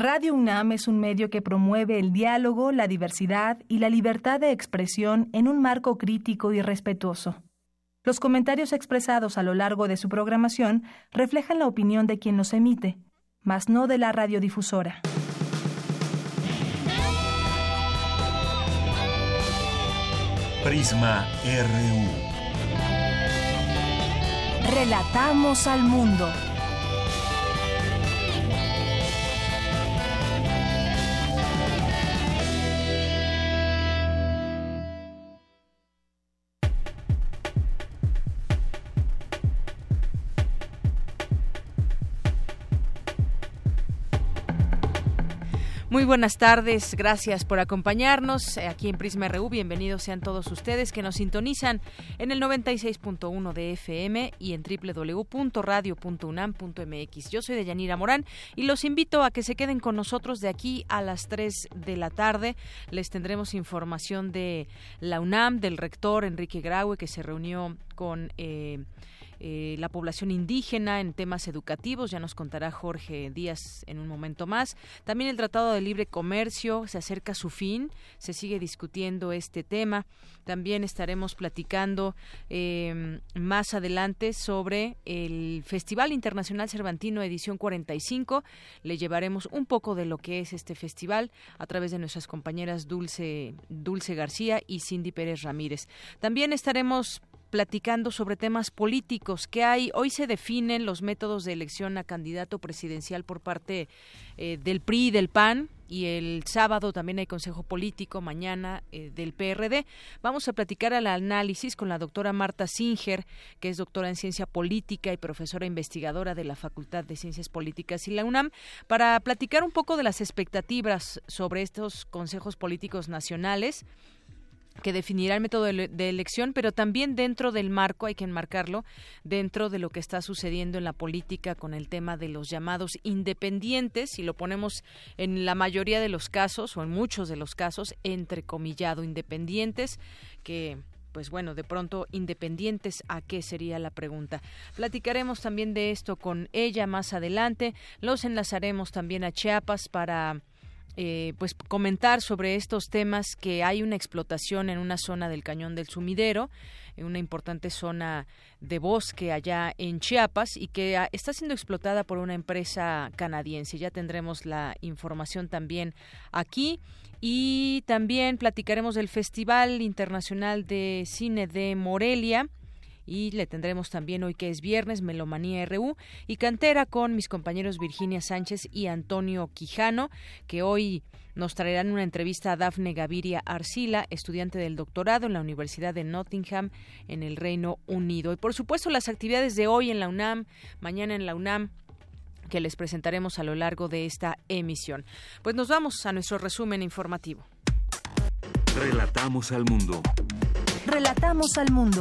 Radio UNAM es un medio que promueve el diálogo, la diversidad y la libertad de expresión en un marco crítico y respetuoso. Los comentarios expresados a lo largo de su programación reflejan la opinión de quien los emite, mas no de la radiodifusora. Prisma RU. Relatamos al mundo. Muy buenas tardes, gracias por acompañarnos aquí en Prisma RU. Bienvenidos sean todos ustedes que nos sintonizan en el 96.1 de FM y en www.radio.unam.mx. Yo soy Deyanira Morán y los invito a que se queden con nosotros de aquí a las 3 de la tarde. Les tendremos información de la UNAM, del rector Enrique Graue, que se reunió con la población indígena en temas educativos. Ya nos contará Jorge Díaz en un momento más. También el Tratado de Libre Comercio se acerca a su fin, se sigue discutiendo este tema. También estaremos platicando más adelante sobre el Festival Internacional Cervantino edición 45. Le llevaremos un poco de lo que es este festival a través de nuestras compañeras Dulce García y Cindy Pérez Ramírez. También estaremos platicando sobre temas políticos que hay. Hoy se definen los métodos de elección a candidato presidencial por parte del PRI y del PAN, y el sábado también hay consejo político, mañana del PRD. Vamos a platicar al análisis con la doctora Marta Singer, que es doctora en ciencia política y profesora investigadora de la Facultad de Ciencias Políticas y la UNAM, para platicar un poco de las expectativas sobre estos consejos políticos nacionales que definirá el método de elección, pero también dentro del marco, hay que enmarcarlo, dentro de lo que está sucediendo en la política con el tema de los llamados independientes, y lo ponemos en la mayoría de los casos, o en muchos de los casos, entrecomillado, independientes, que pues bueno, de pronto independientes, ¿a qué sería la pregunta? Platicaremos también de esto con ella más adelante. Los enlazaremos también a Chiapas para pues comentar sobre estos temas, que hay una explotación en una zona del Cañón del Sumidero, en una importante zona de bosque allá en Chiapas, y que está siendo explotada por una empresa canadiense. Ya tendremos la información también aquí. Y también platicaremos del Festival Internacional de Cine de Morelia, y le tendremos también hoy, que es viernes, Melomanía RU y Cantera con mis compañeros Virginia Sánchez y Antonio Quijano, que hoy nos traerán una entrevista a Dafne Gaviria Arcila, estudiante del doctorado en la Universidad de Nottingham en el Reino Unido. Y por supuesto las actividades de hoy en la UNAM, mañana en la UNAM, que les presentaremos a lo largo de esta emisión. Pues nos vamos a nuestro resumen informativo. Relatamos al mundo. Relatamos al mundo.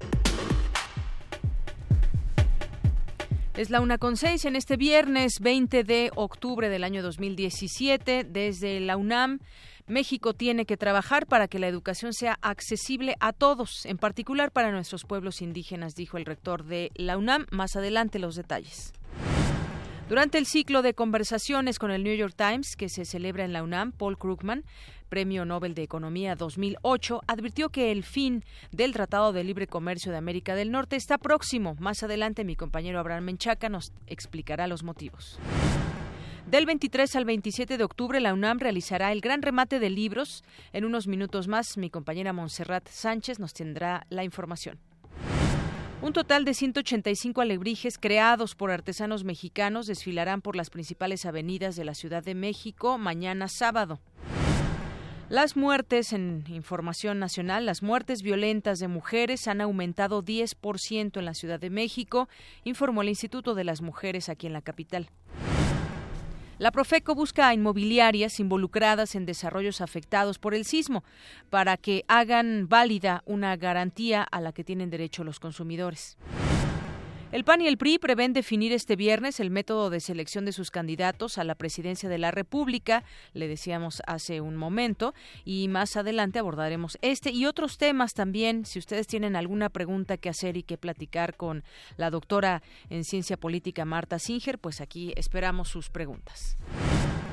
Es la 1:06 en este viernes 20 de octubre del año 2017. Desde la UNAM, México tiene que trabajar para que la educación sea accesible a todos, en particular para nuestros pueblos indígenas, dijo el rector de la UNAM. Más adelante los detalles. Durante el ciclo de conversaciones con el New York Times que se celebra en la UNAM, Paul Krugman, Premio Nobel de Economía 2008, advirtió que el fin del Tratado de Libre Comercio de América del Norte está próximo. Más adelante mi compañero Abraham Menchaca nos explicará los motivos. Del 23 al 27 de octubre, la UNAM realizará el gran remate de libros. En unos minutos más, mi compañera Montserrat Sánchez nos tendrá la información. Un total de 185 alebrijes creados por artesanos mexicanos desfilarán por las principales avenidas de la Ciudad de México mañana sábado. Las muertes, en información nacional, las muertes violentas de mujeres han aumentado 10% en la Ciudad de México, informó el Instituto de las Mujeres aquí en la capital. La Profeco busca a inmobiliarias involucradas en desarrollos afectados por el sismo para que hagan válida una garantía a la que tienen derecho los consumidores. El PAN y el PRI prevén definir este viernes el método de selección de sus candidatos a la presidencia de la República, le decíamos hace un momento, y más adelante abordaremos este y otros temas también. Si ustedes tienen alguna pregunta que hacer y que platicar con la doctora en Ciencia Política Marta Singer, pues aquí esperamos sus preguntas.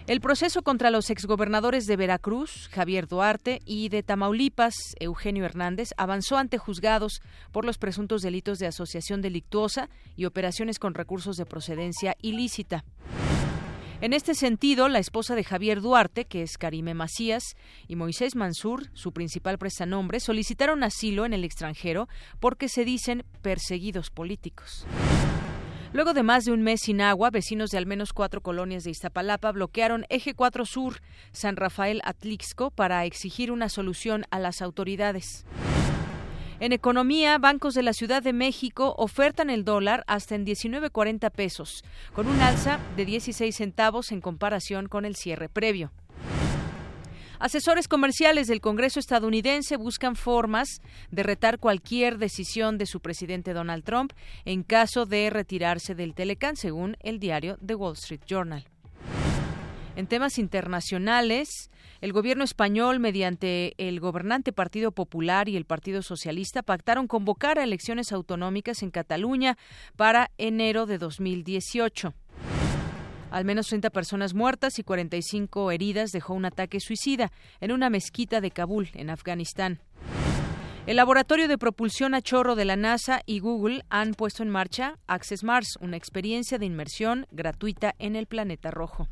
El proceso contra los exgobernadores de Veracruz, Javier Duarte, y de Tamaulipas, Eugenio Hernández, avanzó ante juzgados por los presuntos delitos de asociación delictuosa y operaciones con recursos de procedencia ilícita. En este sentido, la esposa de Javier Duarte, que es Karime Macías, y Moisés Mansur, su principal prestanombre, solicitaron asilo en el extranjero porque se dicen perseguidos políticos. Luego de más de un mes sin agua, vecinos de al menos 4 colonias de Iztapalapa bloquearon Eje 4 Sur, San Rafael Atlixco, para exigir una solución a las autoridades. En economía, bancos de la Ciudad de México ofertan el dólar hasta en 19.40 pesos, con un alza de 16 centavos en comparación con el cierre previo. Asesores comerciales del Congreso estadounidense buscan formas de retar cualquier decisión de su presidente Donald Trump en caso de retirarse del Telecán, según el diario The Wall Street Journal. En temas internacionales, el gobierno español, mediante el gobernante Partido Popular y el Partido Socialista, pactaron convocar a elecciones autonómicas en Cataluña para enero de 2018. Al menos 30 personas muertas y 45 heridas dejó un ataque suicida en una mezquita de Kabul, en Afganistán. El laboratorio de propulsión a chorro de la NASA y Google han puesto en marcha Access Mars, una experiencia de inmersión gratuita en el planeta rojo.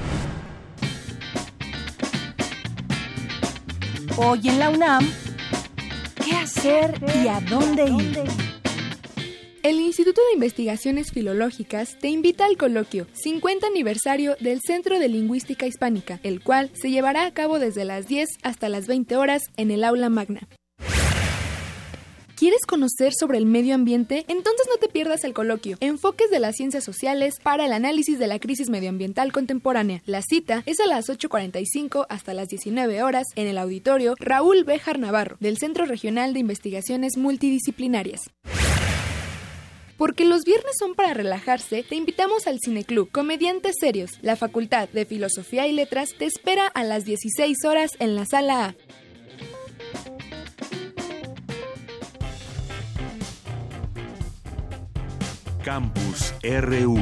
Hoy en la UNAM, ¿qué hacer y a dónde ir? El Instituto de Investigaciones Filológicas te invita al coloquio 50 aniversario del Centro de Lingüística Hispánica, el cual se llevará a cabo desde las 10 hasta las 20 horas en el Aula Magna. ¿Quieres conocer sobre el medio ambiente? Entonces no te pierdas el coloquio Enfoques de las Ciencias Sociales para el Análisis de la Crisis Medioambiental Contemporánea. La cita es a las 8:45 hasta las 19 horas en el auditorio Raúl Béjar Navarro del Centro Regional de Investigaciones Multidisciplinarias. Porque los viernes son para relajarse, te invitamos al Cineclub Comediantes Serios. La Facultad de Filosofía y Letras te espera a las 16 horas en la Sala A. Campus RU.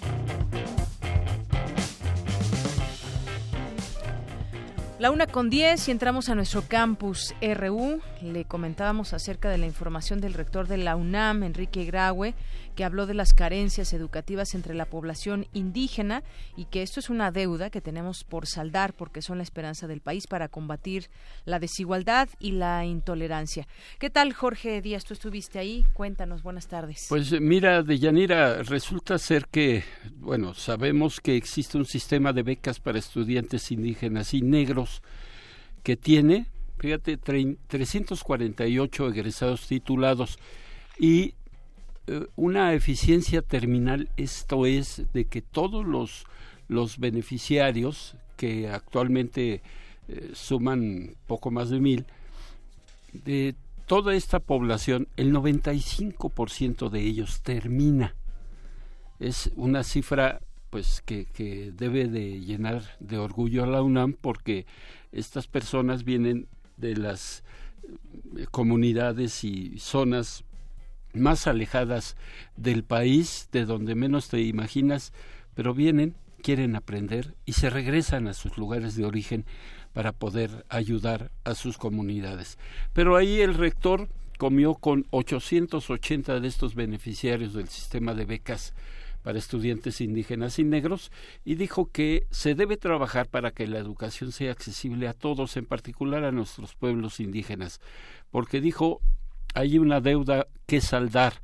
La 1:10 y entramos a nuestro campus RU. Le comentábamos acerca de la información del rector de la UNAM, Enrique Graue, que habló de las carencias educativas entre la población indígena y que esto es una deuda que tenemos por saldar porque son la esperanza del país para combatir la desigualdad y la intolerancia. ¿Qué tal, Jorge Díaz? Tú estuviste ahí. Cuéntanos, buenas tardes. Pues mira, Deyanira, resulta ser que, bueno, sabemos que existe un sistema de becas para estudiantes indígenas y negros que tiene, fíjate, 348 egresados titulados y una eficiencia terminal, esto es, de que todos los beneficiarios, que actualmente suman poco más de 1,000, de toda esta población, el 95% de ellos termina. Es una cifra pues que debe de llenar de orgullo a la UNAM, porque estas personas vienen de las comunidades y zonas más alejadas del país, de donde menos te imaginas, pero vienen, quieren aprender y se regresan a sus lugares de origen para poder ayudar a sus comunidades. Pero ahí el rector comió con 880 de estos beneficiarios del sistema de becas para estudiantes indígenas y negros y dijo que se debe trabajar para que la educación sea accesible a todos, en particular a nuestros pueblos indígenas, porque dijo hay una deuda que saldar.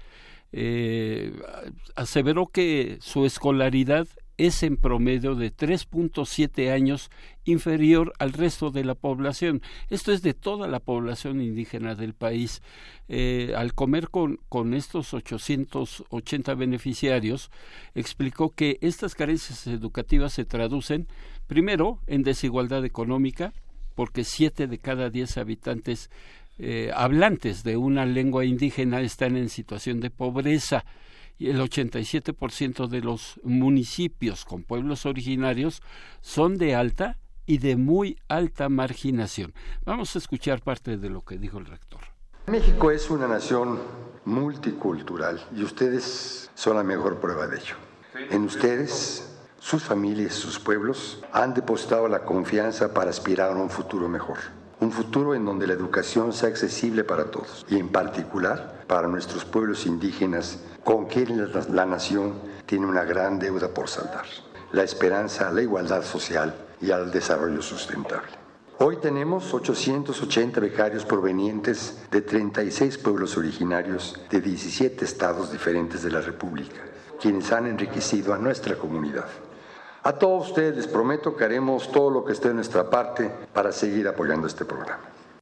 Aseveró que su escolaridad es en promedio de 3.7 años inferior al resto de la población. Esto es de toda la población indígena del país. Al comer con estos 880 beneficiarios, explicó que estas carencias educativas se traducen, primero, en desigualdad económica, porque 7 de cada 10 habitantes hablantes de una lengua indígena están en situación de pobreza, y el 87% de los municipios con pueblos originarios son de alta y de muy alta marginación. Vamos a escuchar parte de lo que dijo el rector. México es una nación multicultural y ustedes son la mejor prueba de ello. En ustedes sus familias y sus pueblos han depositado la confianza para aspirar a un futuro mejor. Un futuro en donde la educación sea accesible para todos y en particular para nuestros pueblos indígenas con quienes la nación tiene una gran deuda por saldar. La esperanza a la igualdad social y al desarrollo sustentable. Hoy tenemos 880 becarios provenientes de 36 pueblos originarios de 17 estados diferentes de la República, quienes han enriquecido a nuestra comunidad. A todos ustedes les prometo que haremos todo lo que esté de nuestra parte para seguir apoyando este programa.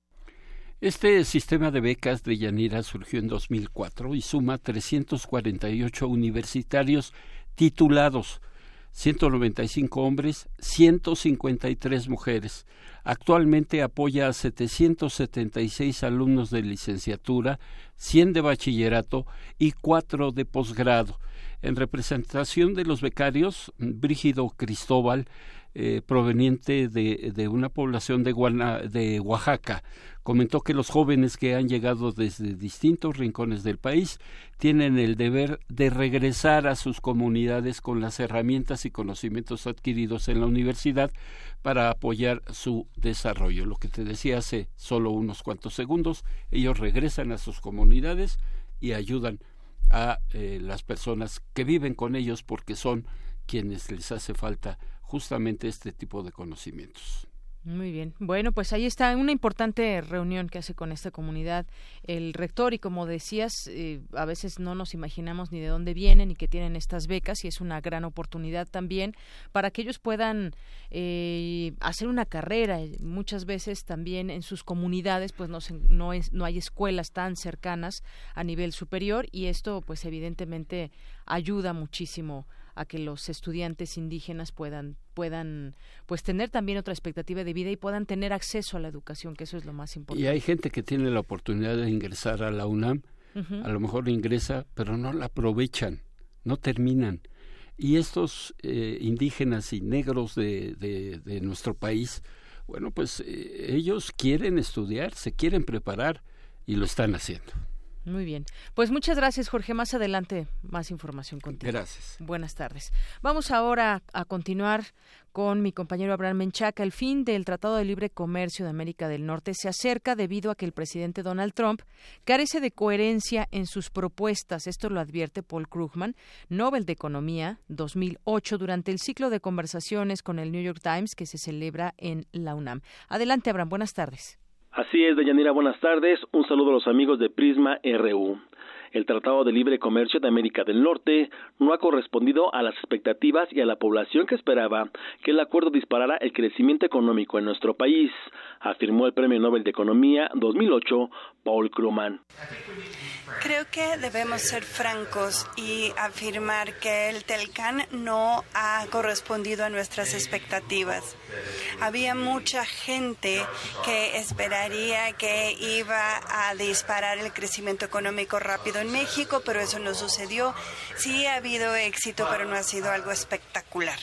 Este sistema de becas de Yanira surgió en 2004 y suma 348 universitarios titulados, 195 hombres, 153 mujeres. Actualmente apoya a 776 alumnos de licenciatura, 100 de bachillerato y 4 de posgrado. En representación de los becarios, Brígido Cristóbal, proveniente de una población de Oaxaca, comentó que los jóvenes que han llegado desde distintos rincones del país tienen el deber de regresar a sus comunidades con las herramientas y conocimientos adquiridos en la universidad para apoyar su desarrollo. Lo que te decía hace solo unos cuantos segundos, ellos regresan a sus comunidades y ayudan a las personas que viven con ellos porque son quienes les hace falta justamente este tipo de conocimientos. Muy bien. Bueno, pues ahí está una importante reunión que hace con esta comunidad el rector y como decías, a veces no nos imaginamos ni de dónde vienen y que tienen estas becas y es una gran oportunidad también para que ellos puedan hacer una carrera. Muchas veces también en sus comunidades pues no hay escuelas tan cercanas a nivel superior y esto pues evidentemente ayuda muchísimo a que los estudiantes indígenas puedan pues tener también otra expectativa de vida y puedan tener acceso a la educación, que eso es lo más importante. Y hay gente que tiene la oportunidad de ingresar a la UNAM, a lo mejor ingresa, pero no la aprovechan, no terminan. Y estos indígenas y negros de nuestro país, bueno, pues ellos quieren estudiar, se quieren preparar y lo están haciendo. Muy bien. Pues muchas gracias, Jorge. Más adelante, más información contigo. Gracias. Buenas tardes. Vamos ahora a continuar con mi compañero Abraham Menchaca. El fin del Tratado de Libre Comercio de América del Norte se acerca debido a que el presidente Donald Trump carece de coherencia en sus propuestas. Esto lo advierte Paul Krugman, Nobel de Economía 2008, durante el ciclo de conversaciones con el New York Times que se celebra en la UNAM. Adelante, Abraham. Buenas tardes. Así es, Deyanira, buenas tardes. Un saludo a los amigos de Prisma RU. El Tratado de Libre Comercio de América del Norte no ha correspondido a las expectativas y a la población que esperaba que el acuerdo disparara el crecimiento económico en nuestro país, afirmó el Premio Nobel de Economía 2008, Paul Krugman. Creo que debemos ser francos y afirmar que el TELCAN no ha correspondido a nuestras expectativas. Había mucha gente que esperaría que iba a disparar el crecimiento económico rápido en México, pero eso no sucedió. Sí ha habido éxito, pero no ha sido algo espectacular.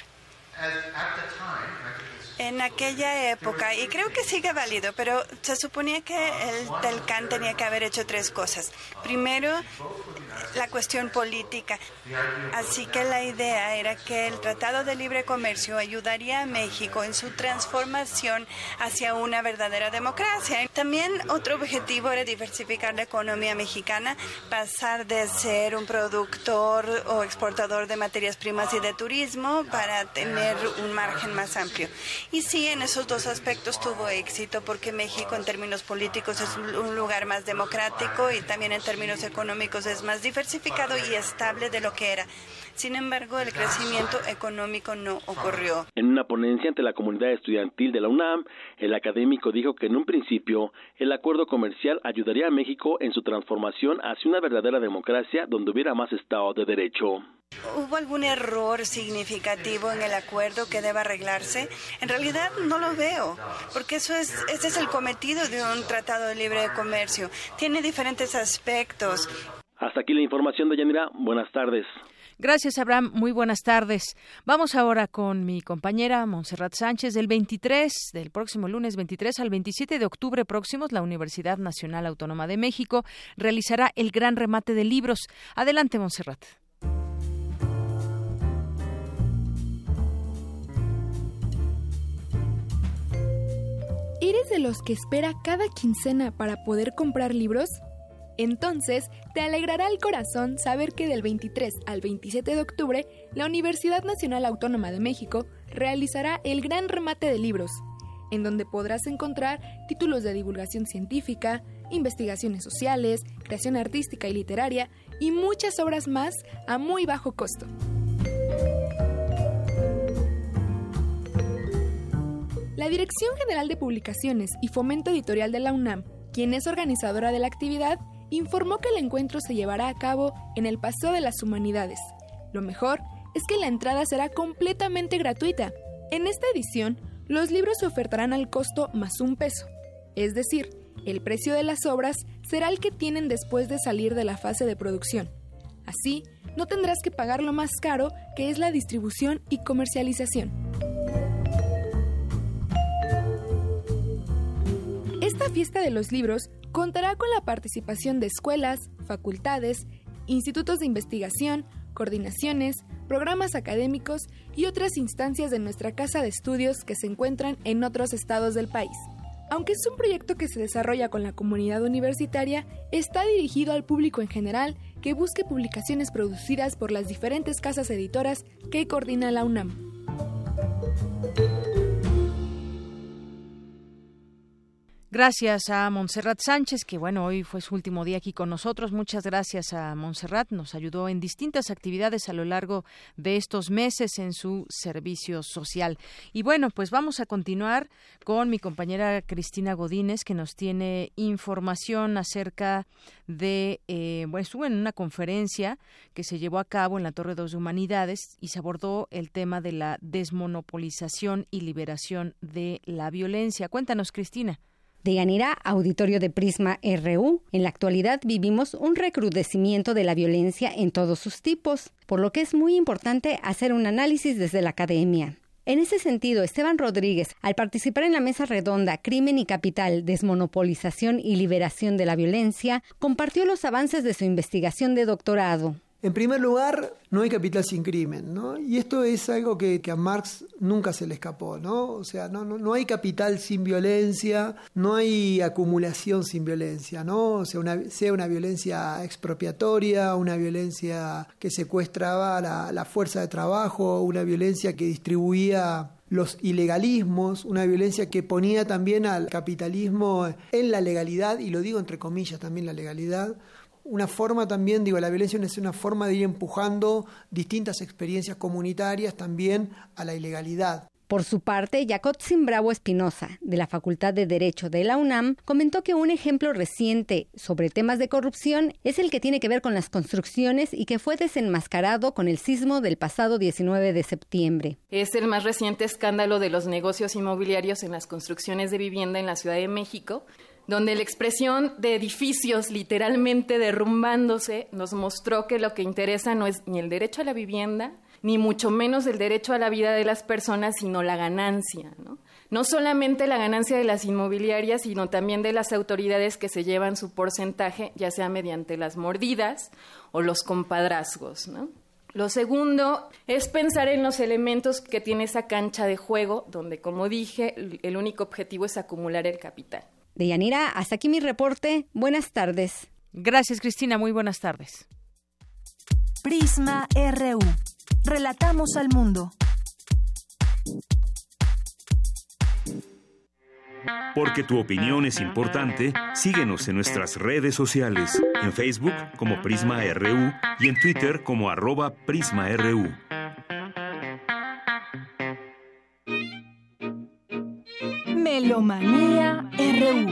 En aquella época, y creo que sigue válido, pero se suponía que el TELCAN tenía que haber hecho 3 cosas. Primero, la cuestión política. Así que la idea era que el Tratado de Libre Comercio ayudaría a México en su transformación hacia una verdadera democracia. También otro objetivo era diversificar la economía mexicana, pasar de ser un productor o exportador de materias primas y de turismo para tener un margen más amplio. Y sí, en esos 2 aspectos tuvo éxito porque México en términos políticos es un lugar más democrático y también en términos económicos es más diversificado y estable de lo que era. Sin embargo, el crecimiento económico no ocurrió. En una ponencia ante la comunidad estudiantil de la UNAM, el académico dijo que en un principio el acuerdo comercial ayudaría a México en su transformación hacia una verdadera democracia donde hubiera más Estado de Derecho. ¿Hubo algún error significativo en el acuerdo que deba arreglarse? En realidad no lo veo, porque ese es el cometido de un tratado de libre comercio. Tiene diferentes aspectos. Hasta aquí la información de Yanira. Buenas tardes. Gracias, Abraham. Muy buenas tardes. Vamos ahora con mi compañera Montserrat Sánchez. Del próximo lunes 23 al 27 de octubre próximos, la Universidad Nacional Autónoma de México realizará el gran remate de libros. Adelante, Montserrat. ¿Eres de los que espera cada quincena para poder comprar libros? Entonces, te alegrará el corazón saber que del 23 al 27 de octubre, la Universidad Nacional Autónoma de México realizará el Gran Remate de Libros, en donde podrás encontrar títulos de divulgación científica, investigaciones sociales, creación artística y literaria y muchas obras más a muy bajo costo. La Dirección General de Publicaciones y Fomento Editorial de la UNAM, quien es organizadora de la actividad, informó que el encuentro se llevará a cabo en el Paseo de las Humanidades. Lo mejor es que la entrada será completamente gratuita. En esta edición, los libros se ofertarán al costo más $1, es decir, el precio de las obras será el que tienen después de salir de la fase de producción. Así, no tendrás que pagar lo más caro, que es la distribución y comercialización. Esta fiesta de los libros contará con la participación de escuelas, facultades, institutos de investigación, coordinaciones, programas académicos y otras instancias de nuestra casa de estudios que se encuentran en otros estados del país. Aunque es un proyecto que se desarrolla con la comunidad universitaria, está dirigido al público en general que busque publicaciones producidas por las diferentes casas editoras que coordina la UNAM. Gracias a Montserrat Sánchez, que hoy fue su último día aquí con nosotros. Muchas gracias a Montserrat, nos ayudó en distintas actividades a lo largo de estos meses en su servicio social. Y pues vamos a continuar con mi compañera Cristina Godínez, que nos tiene información acerca de, estuvo en una conferencia que se llevó a cabo en la Torre 2 de Humanidades y se abordó el tema de la desmonopolización y liberación de la violencia. Cuéntanos, Cristina. Deyanira, auditorio de Prisma RU, en la actualidad vivimos un recrudecimiento de la violencia en todos sus tipos, por lo que es muy importante hacer un análisis desde la academia. En ese sentido, Esteban Rodríguez, al participar en la mesa redonda Crimen y Capital, Desmonopolización y Liberación de la Violencia, compartió los avances de su investigación de doctorado. En primer lugar, no hay capital sin crimen, ¿no? Y esto es algo que a Marx nunca se le escapó, ¿no? O sea, no hay capital sin violencia, no hay acumulación sin violencia, ¿no? O sea, sea una violencia expropiatoria, una violencia que secuestraba la fuerza de trabajo, una violencia que distribuía los ilegalismos, una violencia que ponía también al capitalismo en la legalidad, y lo digo entre comillas también la legalidad. Una forma también, la violencia es una forma de ir empujando distintas experiencias comunitarias también a la ilegalidad. Por su parte, Yacotzin Bravo Espinosa, de la Facultad de Derecho de la UNAM, comentó que un ejemplo reciente sobre temas de corrupción es el que tiene que ver con las construcciones y que fue desenmascarado con el sismo del pasado 19 de septiembre. Es el más reciente escándalo de los negocios inmobiliarios en las construcciones de vivienda en la Ciudad de México, donde la expresión de edificios literalmente derrumbándose nos mostró que lo que interesa no es ni el derecho a la vivienda, ni mucho menos el derecho a la vida de las personas, sino la ganancia, ¿no? No solamente la ganancia de las inmobiliarias, sino también de las autoridades que se llevan su porcentaje, ya sea mediante las mordidas o los compadrazgos, ¿no? Lo segundo es pensar en los elementos que tiene esa cancha de juego, donde, como dije, el único objetivo es acumular el capital. Deyanira, hasta aquí mi reporte. Buenas tardes. Gracias, Cristina. Muy buenas tardes. Prisma RU. Relatamos al mundo. Porque tu opinión es importante, síguenos en nuestras redes sociales. En Facebook como Prisma RU y en Twitter como @PrismaRU. Melomanía RU.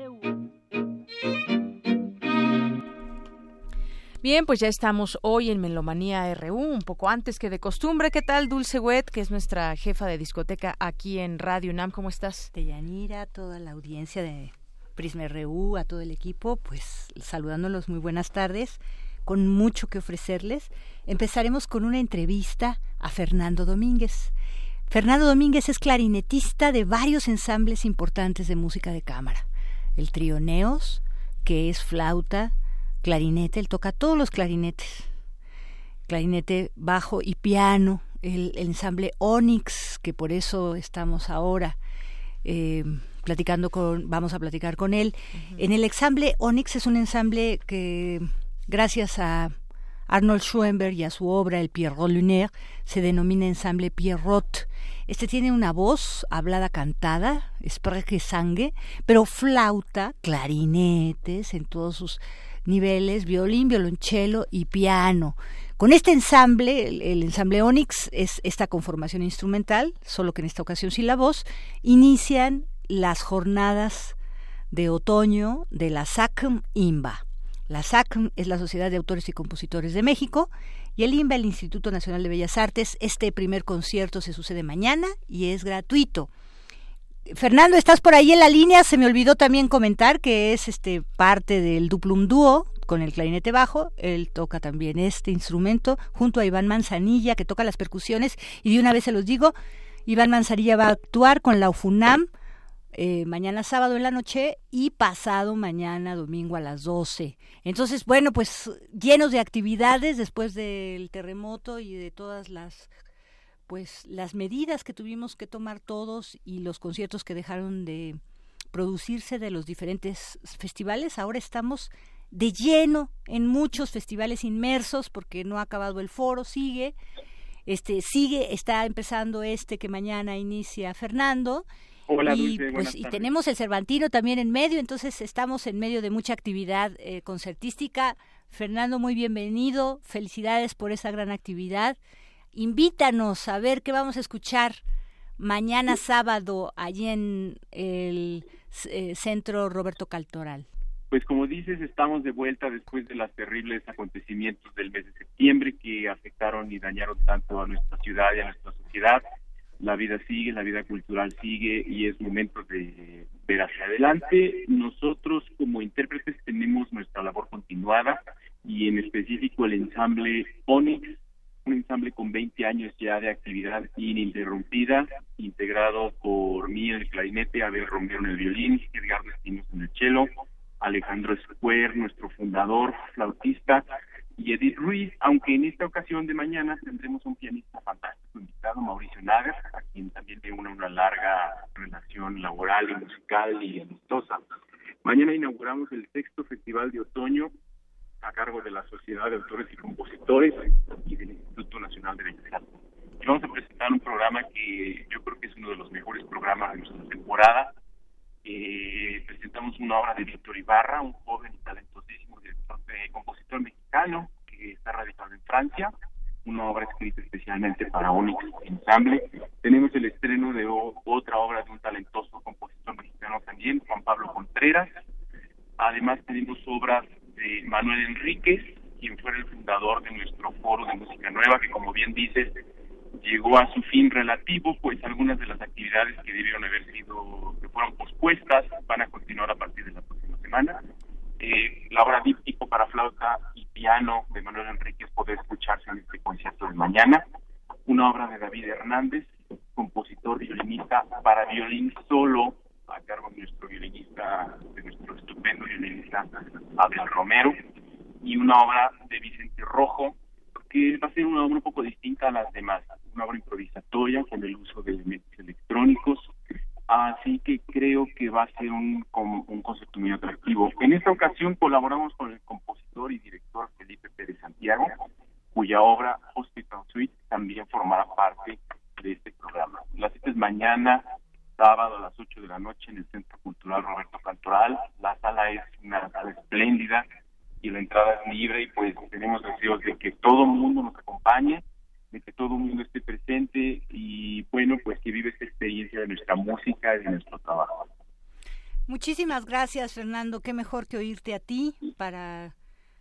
Bien, pues ya estamos hoy en Melomanía RU, un poco antes que de costumbre. ¿Qué tal, Dulce Wet, que es nuestra jefa de discoteca aquí en Radio UNAM? ¿Cómo estás? Deyanira, toda la audiencia de Prisma RU, a todo el equipo, pues saludándolos, muy buenas tardes, con mucho que ofrecerles. Empezaremos con una entrevista a Fernando Domínguez. Fernando Domínguez es clarinetista de varios ensambles importantes de música de cámara. El trío Neos, que es flauta, clarinete, él toca todos los clarinetes, clarinete, bajo y piano, el ensamble Onyx, que por eso estamos ahora vamos a platicar con él. En el ensamble Onyx es un ensamble que, gracias a Arnold Schoenberg y a su obra El Pierrot Lunaire, se denomina ensamble Pierrot. Este tiene una voz hablada cantada, Sprechgesang, pero flauta, clarinetes en todos sus niveles, violín, violonchelo y piano. Con este ensamble, el ensamble Onyx es esta conformación instrumental, solo que en esta ocasión sin la voz, inician las jornadas de otoño de la SACM IMBA. La SACM es la Sociedad de Autores y Compositores de México, y el IMBA, el Instituto Nacional de Bellas Artes. Este primer concierto se sucede mañana y es gratuito. Fernando, ¿estás por ahí en la línea? Se me olvidó también comentar que es parte del Duplum Dúo con el clarinete bajo. Él toca también este instrumento junto a Iván Manzanilla, que toca las percusiones, y de una vez se los digo, Iván Manzanilla va a actuar con la UFUNAM mañana sábado en la noche y pasado mañana domingo a las 12. Entonces, bueno, pues llenos de actividades después del terremoto y de todas las medidas que tuvimos que tomar todos y los conciertos que dejaron de producirse de los diferentes festivales. Ahora estamos de lleno en muchos festivales inmersos porque no ha acabado el foro, sigue, está empezando que mañana inicia Fernando. Hola, y Dulce, buenas tardes. Tenemos el Cervantino también en medio, entonces estamos en medio de mucha actividad concertística. Fernando, muy bienvenido, felicidades por esa gran actividad. Invítanos a ver qué vamos a escuchar mañana sábado allí en el Centro Roberto Cantoral. Pues como dices, estamos de vuelta después de los terribles acontecimientos del mes de septiembre que afectaron y dañaron tanto a nuestra ciudad y a nuestra sociedad. La vida sigue, la vida cultural sigue y es momento de ver hacia adelante. Nosotros como intérpretes tenemos nuestra labor continuada y en específico el ensamble Onyx, un ensamble con 20 años ya de actividad ininterrumpida, integrado por mí en el clarinete, Abel Romero en el violín, Edgardo Espinosa en el cello, Alejandro Square, nuestro fundador, flautista, y Edith Ruiz, aunque en esta ocasión de mañana tendremos un pianista fantástico invitado, Mauricio Nader, a quien también me une una larga relación laboral y musical y amistosa. Mañana inauguramos el 6º Festival de Otoño a cargo de la Sociedad de Autores y Compositores y del Instituto Nacional de Bellas Artes. Y vamos a presentar un programa que yo creo que es uno de los mejores programas de nuestra temporada. Presentamos una obra de Víctor Ibarra, un joven y talentosísimo compositor mexicano que está radicado en Francia, una obra escrita especialmente para Onyx Ensamble. Tenemos el estreno de otra obra de un talentoso compositor mexicano también, Juan Pablo Contreras. Además tenemos obras de Manuel Enríquez, quien fue el fundador de nuestro foro de música nueva, que como bien dices, llegó a su fin relativo, pues algunas de las actividades que debieron haber sido, que fueron pospuestas, van a continuar a partir de la próxima semana. La obra díptico para flauta y piano de Manuel Enríquez podrá escucharse en este concierto de mañana. Una obra de David Hernández, compositor violinista para violín solo, a cargo de nuestro estupendo violinista Abel Romero, y una obra de Vicente Rojo, que va a ser una obra un poco distinta a las demás, una obra improvisatoria con el uso de elementos electrónicos, así que creo que va a ser un concepto muy atractivo. En esta ocasión colaboramos con el compositor y director Felipe Pérez Santiago, cuya obra Hospital Suite también formará parte de este programa. La cita es mañana, sábado a las 8 de la noche en el Centro Cultural Roberto Cantoral. La sala es una sala espléndida y la entrada es libre, y pues tenemos deseos de que todo el mundo nos acompañe, de que todo el mundo esté presente y bueno, pues que vive esta experiencia de nuestra música y de nuestro trabajo. Muchísimas gracias, Fernando. Qué mejor que oírte a ti para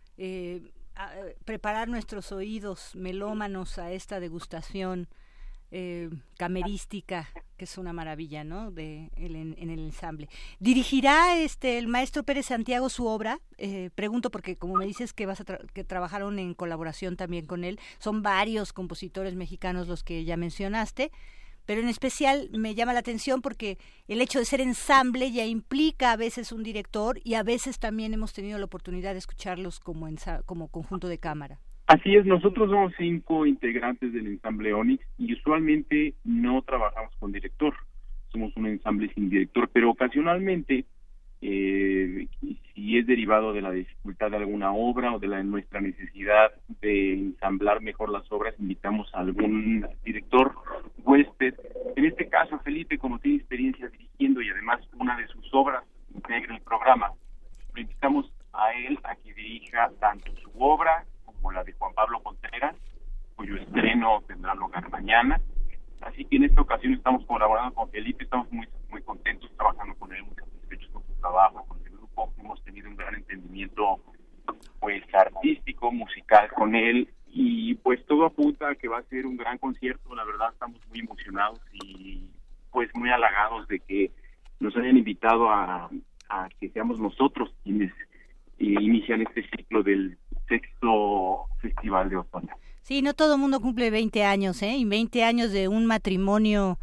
preparar nuestros oídos melómanos a esta degustación camerística, que es una maravilla, ¿no? En el ensamble. ¿Dirigirá el maestro Pérez Santiago su obra? Pregunto porque como me dices que que trabajaron en colaboración también con él, son varios compositores mexicanos los que ya mencionaste, pero en especial me llama la atención porque el hecho de ser ensamble ya implica a veces un director y a veces también hemos tenido la oportunidad de escucharlos como conjunto de cámara. Así es, nosotros somos 5 integrantes del ensamble Onyx y usualmente no trabajamos con director. Somos un ensamble ensamble sin director, pero ocasionalmente, si es derivado de la dificultad de alguna obra o de nuestra necesidad de ensamblar mejor las obras, invitamos a algún director huésped. En este caso, Felipe, como tiene experiencia dirigiendo y además una de sus obras integra el programa, lo invitamos a él a que dirija tanto su obra como la de Juan Pablo Contreras, cuyo estreno tendrá lugar mañana. Así que en esta ocasión estamos colaborando con Felipe, estamos muy contentos trabajando con él, muy satisfechos con su trabajo, con el grupo. Hemos tenido un gran entendimiento pues artístico, musical con él, y pues todo apunta a que va a ser un gran concierto. La verdad estamos muy emocionados y pues muy halagados de que nos hayan invitado a que seamos nosotros quienes inician este ciclo del 6º Festival de Otoño. Sí, no todo el mundo cumple 20 años, y 20 años de un matrimonio,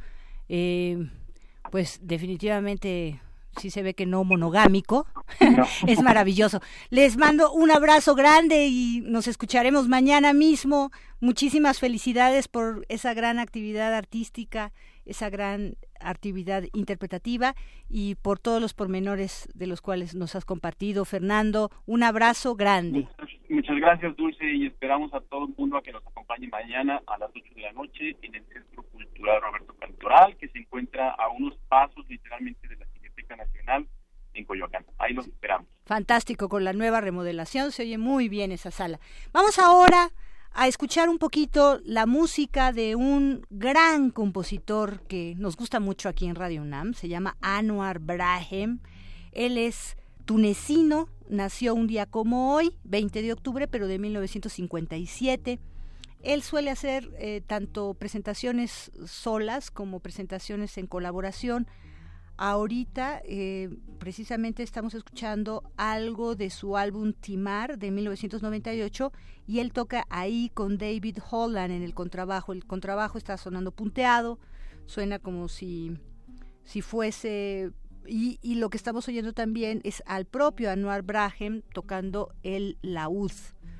pues definitivamente sí se ve que no monogámico, no. Es maravilloso. Les mando un abrazo grande y nos escucharemos mañana mismo. Muchísimas felicidades por esa gran actividad artística, esa gran actividad interpretativa y por todos los pormenores de los cuales nos has compartido. Fernando, un abrazo grande. Muchas gracias, Dulce, y esperamos a todo el mundo a que nos acompañe mañana a las 8 de la noche en el Centro Cultural Roberto Cantoral, que se encuentra a unos pasos literalmente de la Cineteca Nacional en Coyoacán. Ahí los esperamos. Fantástico, con la nueva remodelación se oye muy bien esa sala. Vamos ahora a escuchar un poquito la música de un gran compositor que nos gusta mucho aquí en Radio UNAM, se llama Anwar Brahem. Él es tunecino, nació un día como hoy, 20 de octubre, pero de 1957. Él suele hacer tanto presentaciones solas como presentaciones en colaboración. Ahorita precisamente estamos escuchando algo de su álbum Timar de 1998 y él toca ahí con David Holland en el contrabajo. El contrabajo está sonando punteado, suena como si fuese... Y lo que estamos oyendo también es al propio Anwar Brahem tocando el laúd.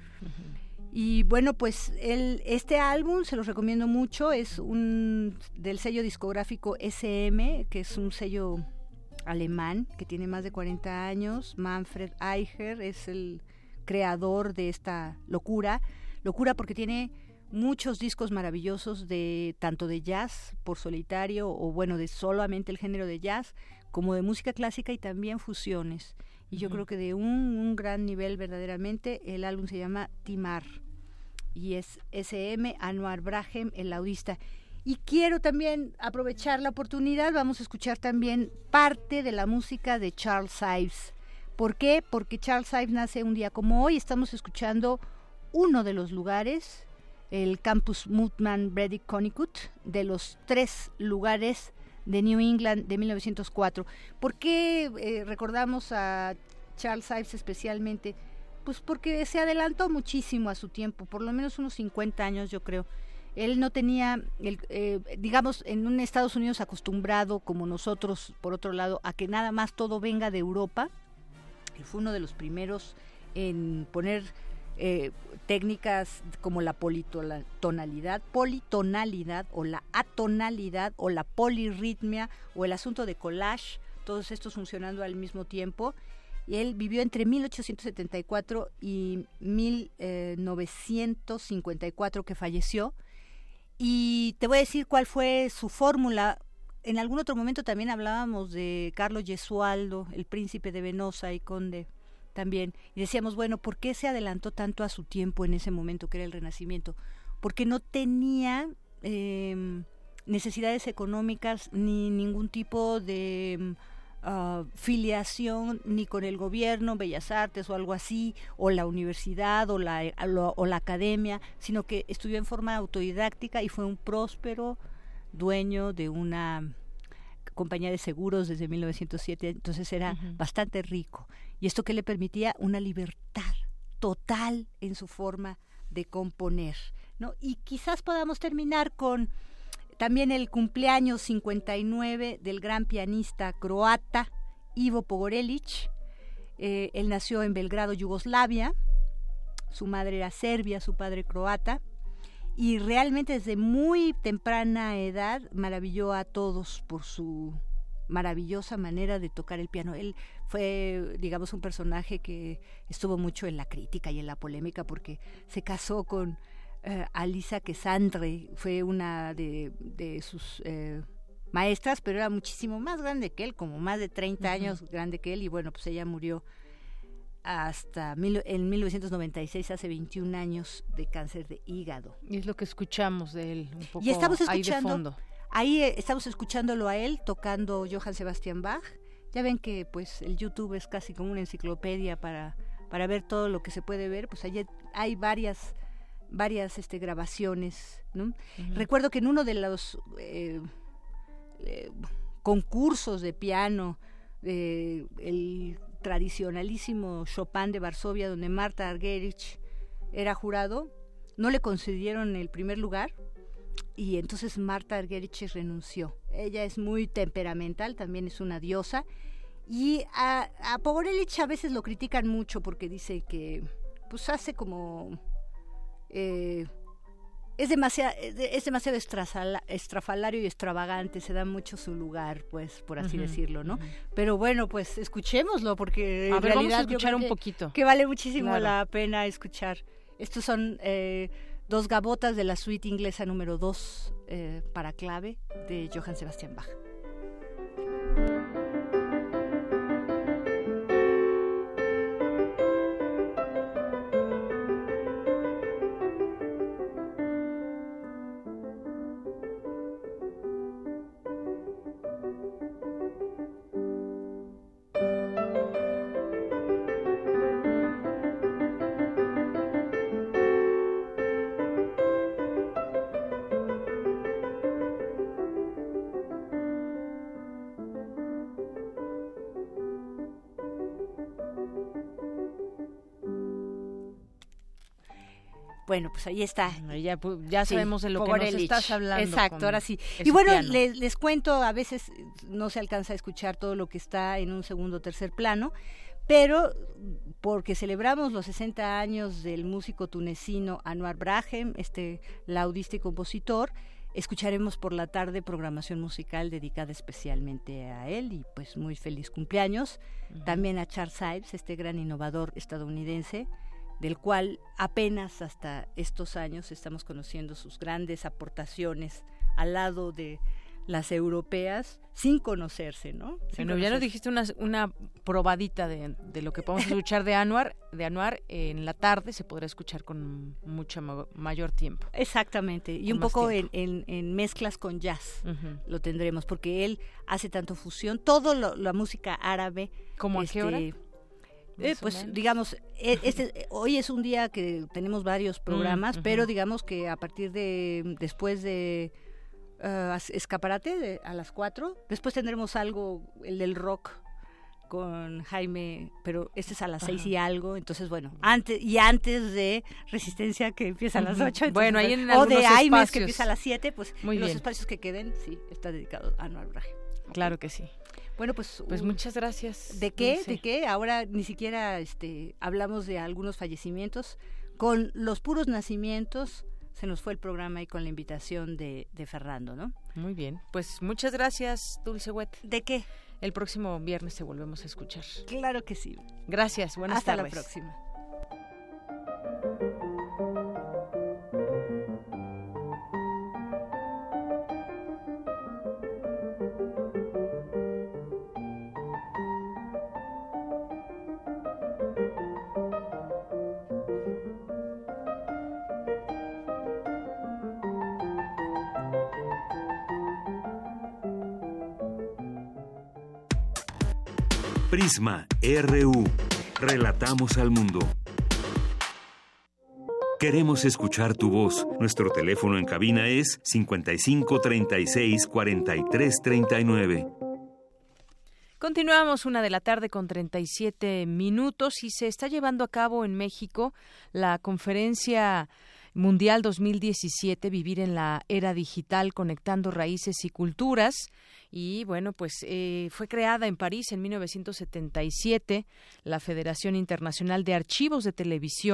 Y bueno, pues este álbum se los recomiendo mucho, es del sello discográfico SM, que es un sello alemán que tiene más de 40 años. Manfred Eicher es el creador de esta locura porque tiene muchos discos maravillosos tanto de jazz por solitario o bueno, de solamente el género de jazz, como de música clásica y también fusiones. Y yo creo que de un gran nivel verdaderamente. El álbum se llama Timar y es SM, Anwar Brahem, el laudista. Y quiero también aprovechar la oportunidad, vamos a escuchar también parte de la música de Charles Ives. ¿Por qué? Porque Charles Ives nace un día como hoy. Estamos escuchando uno de los lugares, el Campus Moodman Bredig Connecticut, de los 3 lugares de New England de 1904. ¿Por qué recordamos a Charles Ives especialmente? Pues porque se adelantó muchísimo a su tiempo, por lo menos unos 50 años yo creo. Él no tenía, digamos, en un Estados Unidos acostumbrado como nosotros, por otro lado, a que nada más todo venga de Europa. Él fue uno de los primeros en poner técnicas como la politonalidad o la atonalidad o la polirritmia o el asunto de collage, todos estos funcionando al mismo tiempo. Y él vivió entre 1874 y 1954 que falleció. Y te voy a decir cuál fue su fórmula. En algún otro momento también hablábamos de Carlo Gesualdo, el príncipe de Venosa y conde también, y decíamos, bueno, ¿por qué se adelantó tanto a su tiempo en ese momento que era el Renacimiento? Porque no tenía necesidades económicas ni ningún tipo de filiación ni con el gobierno, Bellas Artes o algo así, o la universidad o la academia, sino que estudió en forma autodidáctica y fue un próspero dueño de una compañía de seguros desde 1907, entonces era bastante rico. Y esto que le permitía una libertad total en su forma de componer, ¿no? Y quizás podamos terminar con también el cumpleaños 59 del gran pianista croata Ivo Pogorelic. Él nació en Belgrado, Yugoslavia. Su madre era serbia, su padre croata. Y realmente desde muy temprana edad maravilló a todos por su maravillosa manera de tocar el piano. Él fue, digamos, un personaje que estuvo mucho en la crítica y en la polémica porque se casó con Alisa Quesandre, fue una de sus maestras, pero era muchísimo más grande que él, como más de 30 años grande que él, y bueno, pues ella murió en 1996, hace 21 años, de cáncer de hígado. Y es lo que escuchamos de él, un poco y estamos escuchando, ahí de fondo. Ahí estamos escuchándolo a él tocando Johann Sebastian Bach. Ya ven que pues el YouTube es casi como una enciclopedia para ver todo lo que se puede ver, pues allí hay varias grabaciones, ¿no? Recuerdo que en uno de los concursos de piano, el tradicionalísimo Chopin de Varsovia, donde Marta Argerich era jurado, no le concedieron el primer lugar y entonces Marta Argerich renunció. Ella es muy temperamental, también es una diosa, y a Pogorelic a veces lo critican mucho porque dice que pues hace como es demasiado estrafalario y extravagante, se da mucho su lugar, pues, por así decirlo, ¿no? Pero bueno, pues escuchémoslo, porque en realidad vamos a escuchar un poquito. Que vale muchísimo la pena escuchar. Estos son 2 gavotas de la suite inglesa número 2 para clave de Johann Sebastian Bach. Bueno, pues ahí está. Ya sabemos de lo que nos estás hablando. Exacto, ahora sí. Y bueno, les cuento, a veces no se alcanza a escuchar todo lo que está en un segundo o tercer plano, pero porque celebramos los 60 años del músico tunecino Anwar Brahem, laudista y compositor, escucharemos por la tarde programación musical dedicada especialmente a él, y pues muy feliz cumpleaños. También a Charles Ives, gran innovador estadounidense, del cual apenas hasta estos años estamos conociendo sus grandes aportaciones al lado de las europeas, sin conocerse, ¿no? Bueno, ya nos dijiste una probadita de lo que podemos escuchar de Anwar en la tarde, se podrá escuchar con mucho mayor tiempo. Exactamente, y un poco en mezclas con jazz lo tendremos, porque él hace tanto fusión, la música árabe. ¿Cómo a qué hora? Pues digamos, hoy es un día que tenemos varios programas, pero digamos que a partir de después de Escaparate a las 4, después tendremos algo, el del rock con Jaime, pero este es a las 6 y algo, entonces bueno, antes de Resistencia, que empieza a las 8, entonces, bueno, ahí en o de Aimes, espacios, que empieza a las 7, pues muy los bien. Espacios que queden, sí, está dedicado a Anwar Brahem. Claro que sí. Bueno, pues muchas gracias. ¿De qué? Dulce. ¿De qué? Ahora ni siquiera hablamos de algunos fallecimientos. Con los puros nacimientos se nos fue el programa y con la invitación de Fernando, ¿no? Muy bien. Pues muchas gracias, Dulce Wet. ¿De qué? El próximo viernes te volvemos a escuchar. Claro que sí. Gracias, buenas tardes. Hasta la próxima. Prisma RU. Relatamos al mundo. Queremos escuchar tu voz. Nuestro teléfono en cabina es 55 36 43 39. Continuamos 1:00 con 37 minutos y se está llevando a cabo en México la conferencia Mundial 2017, Vivir en la Era Digital, Conectando Raíces y Culturas. Y bueno, pues fue creada en París en 1977 la Federación Internacional de Archivos de Televisión,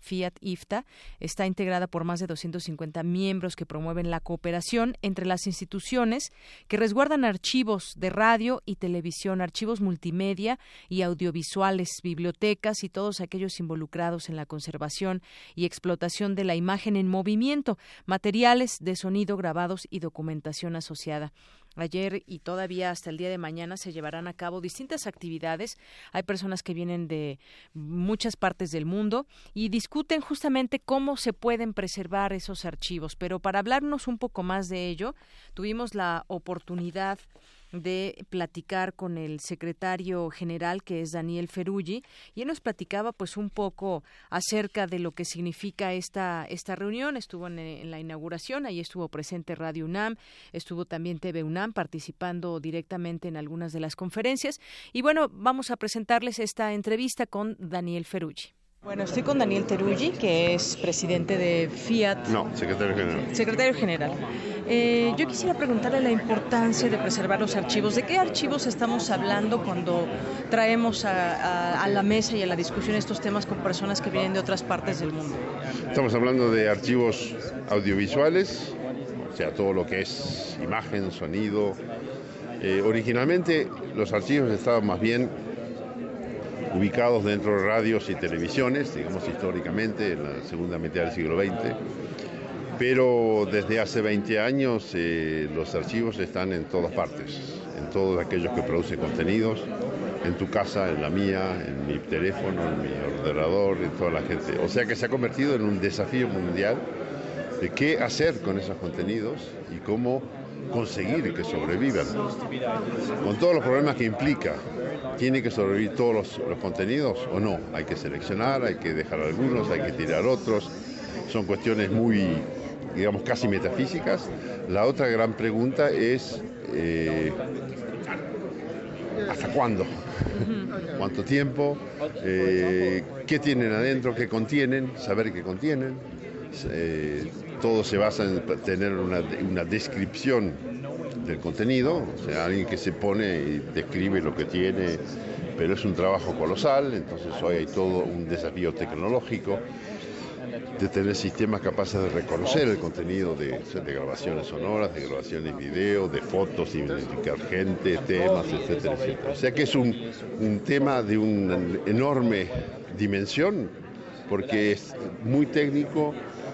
Fiat-IFTA está integrada por más de 250 miembros que promueven la cooperación entre las instituciones que resguardan archivos de radio y televisión, archivos multimedia y audiovisuales, bibliotecas y todos aquellos involucrados en la conservación y explotación de la imagen en movimiento, materiales de sonido grabados y documentación asociada. Ayer y todavía hasta el día de mañana se llevarán a cabo distintas actividades. Hay personas que vienen de muchas partes del mundo y discuten justamente cómo se pueden preservar esos archivos. Pero para hablarnos un poco más de ello, tuvimos la oportunidad de platicar con el secretario general, que es Daniel Feruggi, y él nos platicaba pues un poco acerca de lo que significa esta reunión. Estuvo en la inauguración, ahí estuvo presente Radio UNAM, estuvo también TV UNAM participando directamente en algunas de las conferencias, y bueno, vamos a presentarles esta entrevista con Daniel Feruggi. Bueno, estoy con Daniel Feruggi, que es presidente de Fiat. No, secretario general. Secretario general. Yo quisiera preguntarle la importancia de preservar los archivos. ¿De qué archivos estamos hablando cuando traemos a la mesa y a la discusión estos temas con personas que vienen de otras partes del mundo? Estamos hablando de archivos audiovisuales, o sea, todo lo que es imagen, sonido. Originalmente los archivos estaban más bien ubicados dentro de radios y televisiones, digamos históricamente, en la segunda mitad del siglo XX. Pero desde hace 20 años los archivos están en todas partes, en todos aquellos que producen contenidos, en tu casa, en la mía, en mi teléfono, en mi ordenador, en toda la gente. O sea que se ha convertido en un desafío mundial de qué hacer con esos contenidos y cómo conseguir que sobrevivan. Con todos los problemas que implica, ¿tiene que sobrevivir todos los contenidos o no? Hay que seleccionar, hay que dejar algunos, hay que tirar otros. Son cuestiones muy, digamos, casi metafísicas. La otra gran pregunta es ¿hasta cuándo? ¿Cuánto tiempo? ¿Qué tienen adentro? ¿Qué contienen? Saber qué contienen. Todo se basa en tener una descripción del contenido, o sea, alguien que se pone y describe lo que tiene, pero es un trabajo colosal. Entonces hoy hay todo un desafío tecnológico de tener sistemas capaces de reconocer el contenido de grabaciones sonoras, de grabaciones video, de fotos, identificar gente, temas, etcétera, etcétera. O sea que es un tema de una enorme dimensión, porque es muy técnico,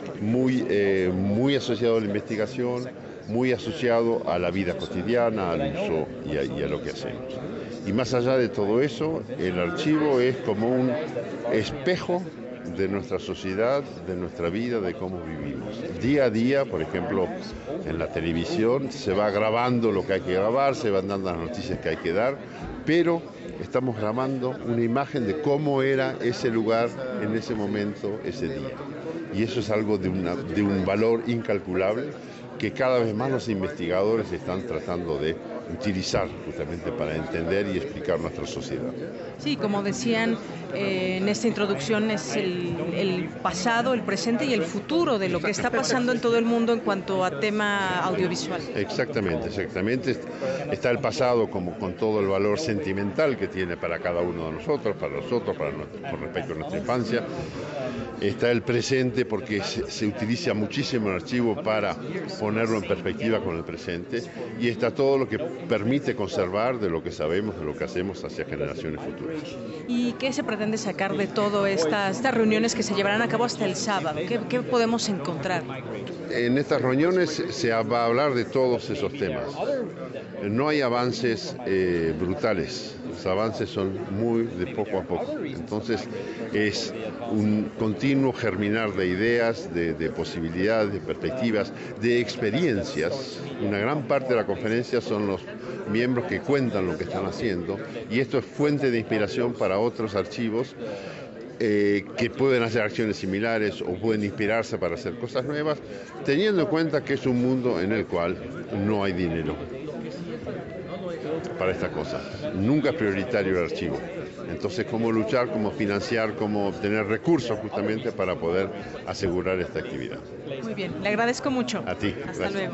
muy asociado a la investigación, muy asociado a la vida cotidiana, al uso y a lo que hacemos. Y más allá de todo eso, el archivo es como un espejo de nuestra sociedad, de nuestra vida, de cómo vivimos. Día a día, por ejemplo, en la televisión se va grabando lo que hay que grabar, se van dando las noticias que hay que dar, pero estamos grabando una imagen de cómo era ese lugar en ese momento, ese día. Y eso es algo de un valor incalculable que cada vez más los investigadores están tratando de utilizar justamente para entender y explicar nuestra sociedad. Sí, como decían en esta introducción, es el pasado, el presente y el futuro de lo que está pasando en todo el mundo en cuanto a tema audiovisual. Exactamente. Está el pasado como con todo el valor sentimental que tiene para cada uno de nosotros, con respecto a nuestra infancia. Está el presente porque se utiliza muchísimo el archivo para ponerlo en perspectiva con el presente, y está todo lo que permite conservar de lo que sabemos, de lo que hacemos hacia generaciones futuras. ¿Y qué se pretende sacar de todo estas reuniones que se llevarán a cabo hasta el sábado? ¿Qué podemos encontrar? En estas reuniones se va a hablar de todos esos temas. No hay avances brutales, los avances son muy de poco a poco. Entonces es un continuo germinar de ideas, de posibilidades, de perspectivas, de experiencias. Una gran parte de la conferencia son los miembros que cuentan lo que están haciendo, y esto es fuente de inspiración para otros archivos que pueden hacer acciones similares o pueden inspirarse para hacer cosas nuevas, teniendo en cuenta que es un mundo en el cual no hay dinero para estas cosas. Nunca es prioritario el archivo. Entonces, cómo luchar, cómo financiar, cómo obtener recursos justamente para poder asegurar esta actividad. Muy bien, le agradezco mucho. A ti. Hasta luego.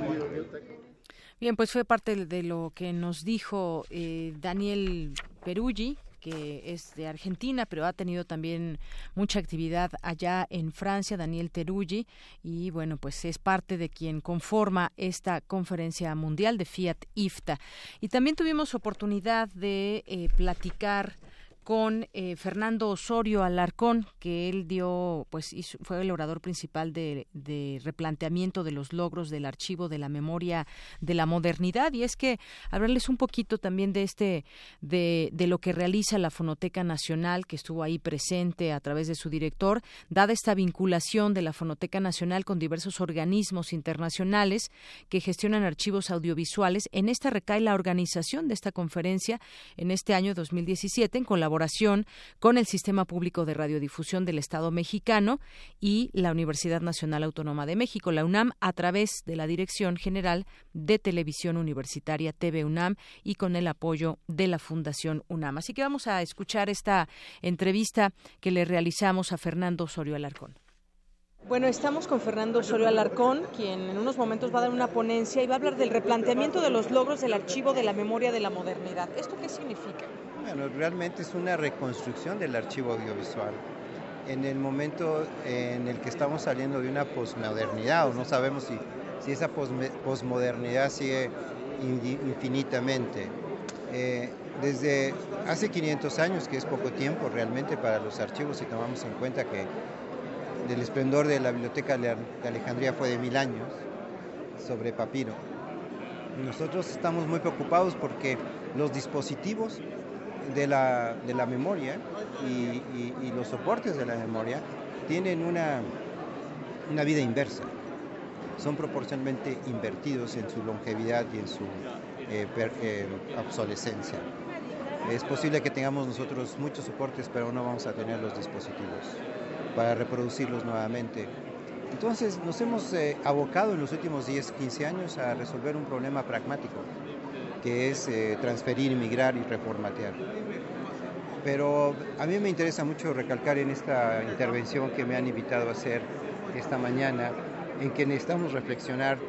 Bien, pues fue parte de lo que nos dijo Daniel Feruggi, que es de Argentina, pero ha tenido también mucha actividad allá en Francia, Daniel Teruggi, y bueno, pues es parte de quien conforma esta conferencia mundial de Fiat IFTA. Y también tuvimos oportunidad de platicar con Fernando Osorio Alarcón, que él fue el orador principal de replanteamiento de los logros del Archivo de la Memoria de la Modernidad. Y es que hablarles un poquito también de lo que realiza la Fonoteca Nacional, que estuvo ahí presente a través de su director, dada esta vinculación de la Fonoteca Nacional con diversos organismos internacionales que gestionan archivos audiovisuales. En esta recae la organización de esta conferencia en este año 2017 en colaboración con el Sistema Público de Radiodifusión del Estado mexicano y la Universidad Nacional Autónoma de México, la UNAM, a través de la Dirección General de Televisión Universitaria TV UNAM y con el apoyo de la Fundación UNAM. Así que vamos a escuchar esta entrevista que le realizamos a Fernando Osorio Alarcón. Bueno, estamos con Fernando Osorio Alarcón, quien en unos momentos va a dar una ponencia y va a hablar del replanteamiento de los logros del Archivo de la Memoria de la Modernidad. ¿Esto qué significa? Bueno, realmente es una reconstrucción del archivo audiovisual. En el momento en el que estamos saliendo de una posmodernidad, o no sabemos si esa posmodernidad sigue infinitamente. Desde hace 500 años, que es poco tiempo realmente para los archivos, si tomamos en cuenta que el esplendor de la Biblioteca de Alejandría fue de 1000 años, sobre papiro. Nosotros estamos muy preocupados porque los dispositivos de la memoria y los soportes de la memoria tienen una vida inversa. Son proporcionalmente invertidos en su longevidad y en su obsolescencia. Es posible que tengamos nosotros muchos soportes, pero no vamos a tener los dispositivos para reproducirlos nuevamente. Entonces nos hemos abocado en los últimos 10, 15 años a resolver un problema pragmático, que es transferir, migrar y reformatear. Pero a mí me interesa mucho recalcar en esta intervención que me han invitado a hacer esta mañana, en que necesitamos reflexionar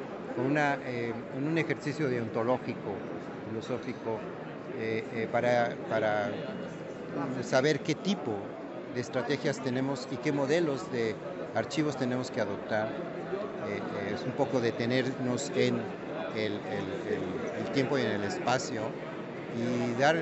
en un ejercicio deontológico, filosófico, para saber qué tipo de estrategias tenemos y qué modelos de archivos tenemos que adoptar. Es un poco detenernos en el tiempo y en el espacio y dar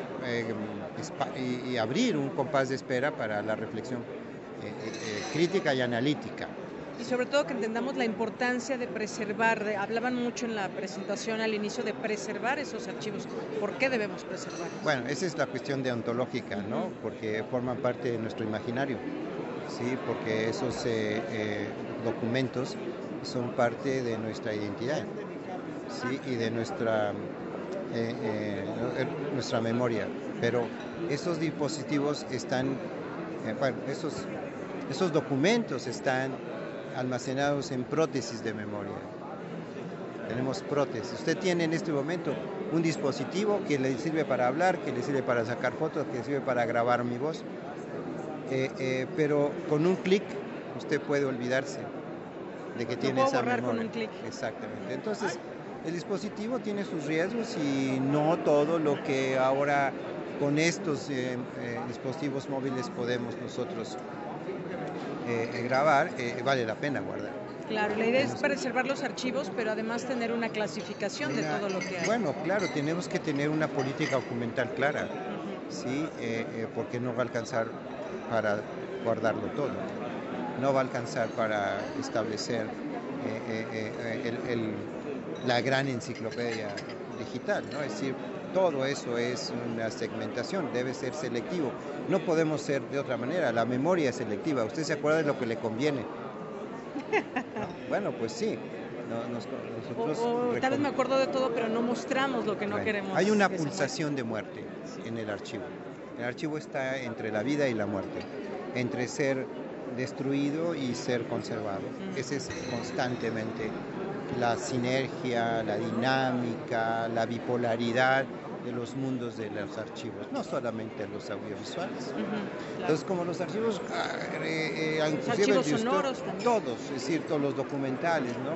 y abrir un compás de espera para la reflexión crítica y analítica. Y sobre todo que entendamos la importancia de preservar. Hablaban mucho en la presentación al inicio de preservar esos archivos. ¿Por qué debemos preservarlos? Bueno, esa es la cuestión deontológica, ¿no? Porque forman parte de nuestro imaginario, ¿sí? Porque esos documentos son parte de nuestra identidad, ¿sí? Y de nuestra memoria. Pero esos dispositivos están, esos documentos están almacenados en prótesis de memoria. Tenemos prótesis. Usted tiene en este momento un dispositivo que le sirve para hablar, que le sirve para sacar fotos, que le sirve para grabar mi voz, pero con un clic usted puede olvidarse de que tiene esa memoria. Con un clic. Exactamente. Entonces, el dispositivo tiene sus riesgos y no todo lo que ahora con estos dispositivos móviles podemos nosotros grabar, vale la pena guardar. Claro, la idea es preservar los archivos, pero además tener una clasificación de todo lo que hay. Bueno, claro, tenemos que tener una política documental clara, ¿sí? Porque no va a alcanzar para guardarlo todo, no va a alcanzar para establecer la gran enciclopedia digital, ¿no? Es decir, todo eso es una segmentación, debe ser selectivo. No podemos ser de otra manera, la memoria es selectiva. ¿Usted se acuerda de lo que le conviene? ¿No? Bueno, pues sí. Nosotros tal vez me acuerdo de todo, pero no mostramos lo que no queremos. Hay una pulsación de muerte en el archivo. El archivo está entre la vida y la muerte, entre ser destruido y ser conservado. Ese es constantemente la sinergia, la dinámica, la bipolaridad de los mundos de los archivos, no solamente los audiovisuales. Claro. Entonces, como los archivos, los archivos sonoros también. Todos, es decir, todos los documentales, ¿no?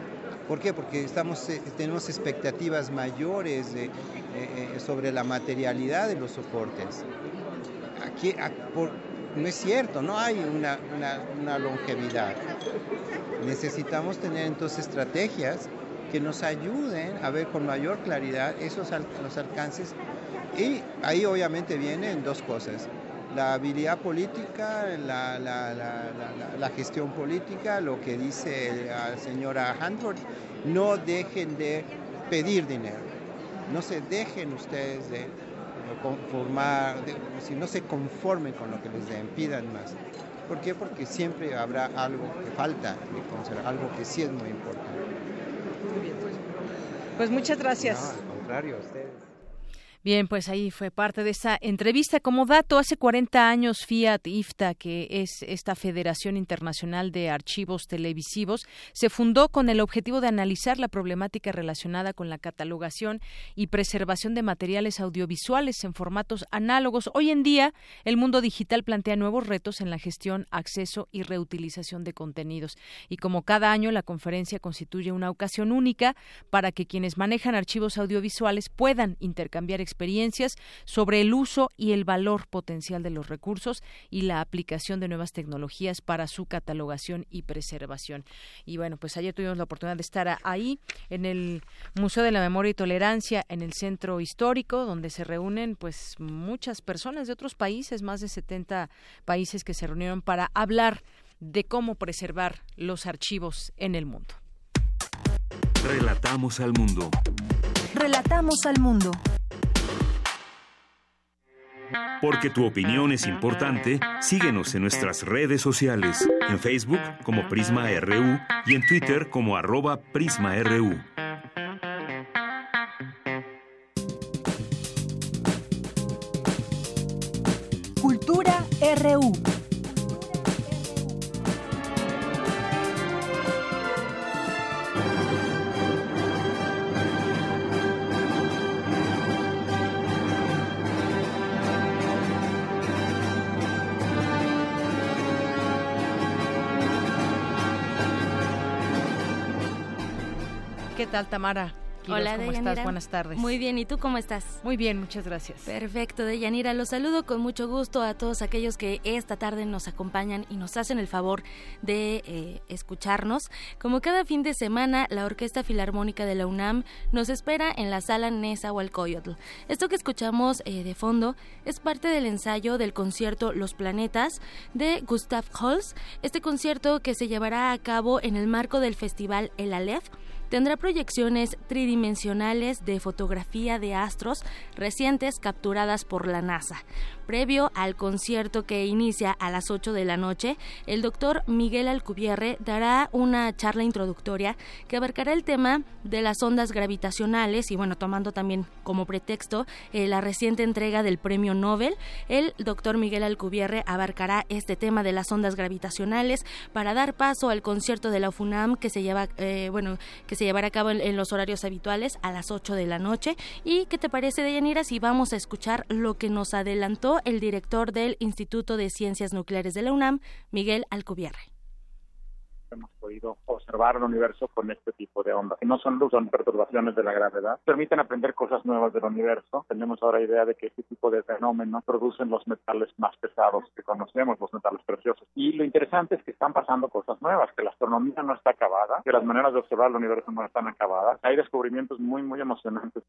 ¿Por qué? Porque tenemos expectativas mayores sobre la materialidad de los soportes. Aquí no es cierto, no hay una longevidad. Necesitamos tener entonces estrategias que nos ayuden a ver con mayor claridad los alcances, y ahí obviamente vienen dos cosas: la habilidad política, la gestión política, lo que dice la señora Handford: no dejen de pedir dinero, no se dejen ustedes de conformar, si no se conformen con lo que les den, pidan más. ¿Por qué? Porque siempre habrá algo que falta, algo que sí es muy importante. Muy bien. Pues muchas gracias. No, al contrario, a ustedes. Bien, pues ahí fue parte de esta entrevista. Como dato, hace 40 años FIAT-IFTA, que es esta Federación Internacional de Archivos Televisivos, se fundó con el objetivo de analizar la problemática relacionada con la catalogación y preservación de materiales audiovisuales en formatos análogos. Hoy en día, el mundo digital plantea nuevos retos en la gestión, acceso y reutilización de contenidos. Y como cada año, la conferencia constituye una ocasión única para que quienes manejan archivos audiovisuales puedan intercambiar experiencias sobre el uso y el valor potencial de los recursos y la aplicación de nuevas tecnologías para su catalogación y preservación. Y bueno, pues ayer tuvimos la oportunidad de estar ahí en el Museo de la Memoria y Tolerancia, en el Centro Histórico, donde se reúnen pues muchas personas de otros países, más de 70 países que se reunieron para hablar de cómo preservar los archivos en el mundo. Relatamos al mundo. Relatamos al mundo. Porque tu opinión es importante, síguenos en nuestras redes sociales, en Facebook como Prisma RU y en Twitter como @PrismaRU. Cultura RU. ¿Qué tal, Tamara? Hola, ¿Cómo estás? Buenas tardes. Muy bien, ¿y tú cómo estás? Muy bien, muchas gracias. Perfecto, Deyanira, los saludo con mucho gusto a todos aquellos que esta tarde nos acompañan y nos hacen el favor de escucharnos. Como cada fin de semana, la Orquesta Filarmónica de la UNAM nos espera en la Sala Nezahualcóyotl. Esto que escuchamos de fondo es parte del ensayo del concierto Los Planetas de Gustav Holst. Este concierto, que se llevará a cabo en el marco del festival El Aleph, tendrá proyecciones tridimensionales de fotografía de astros recientes capturadas por la NASA. Previo al concierto, que inicia a las 8 de la noche, el doctor Miguel Alcubierre dará una charla introductoria que abarcará el tema de las ondas gravitacionales y, bueno, tomando también como pretexto la reciente entrega del Premio Nobel. El doctor Miguel Alcubierre abarcará este tema de las ondas gravitacionales para dar paso al concierto de la UFUNAM que se llevará a cabo en los horarios habituales a las 8 de la noche. ¿Y qué te parece, Deyanira, si vamos a escuchar lo que nos adelantó el director del Instituto de Ciencias Nucleares de la UNAM, Miguel Alcubierre? Hemos podido observar el universo con este tipo de ondas, que no son luz, son perturbaciones de la gravedad. Permiten aprender cosas nuevas del universo. Tenemos ahora idea de que este tipo de fenómenos producen los metales más pesados que conocemos, los metales preciosos. Y lo interesante es que están pasando cosas nuevas, que la astronomía no está acabada, que las maneras de observar el universo no están acabadas. Hay descubrimientos muy, muy emocionantes.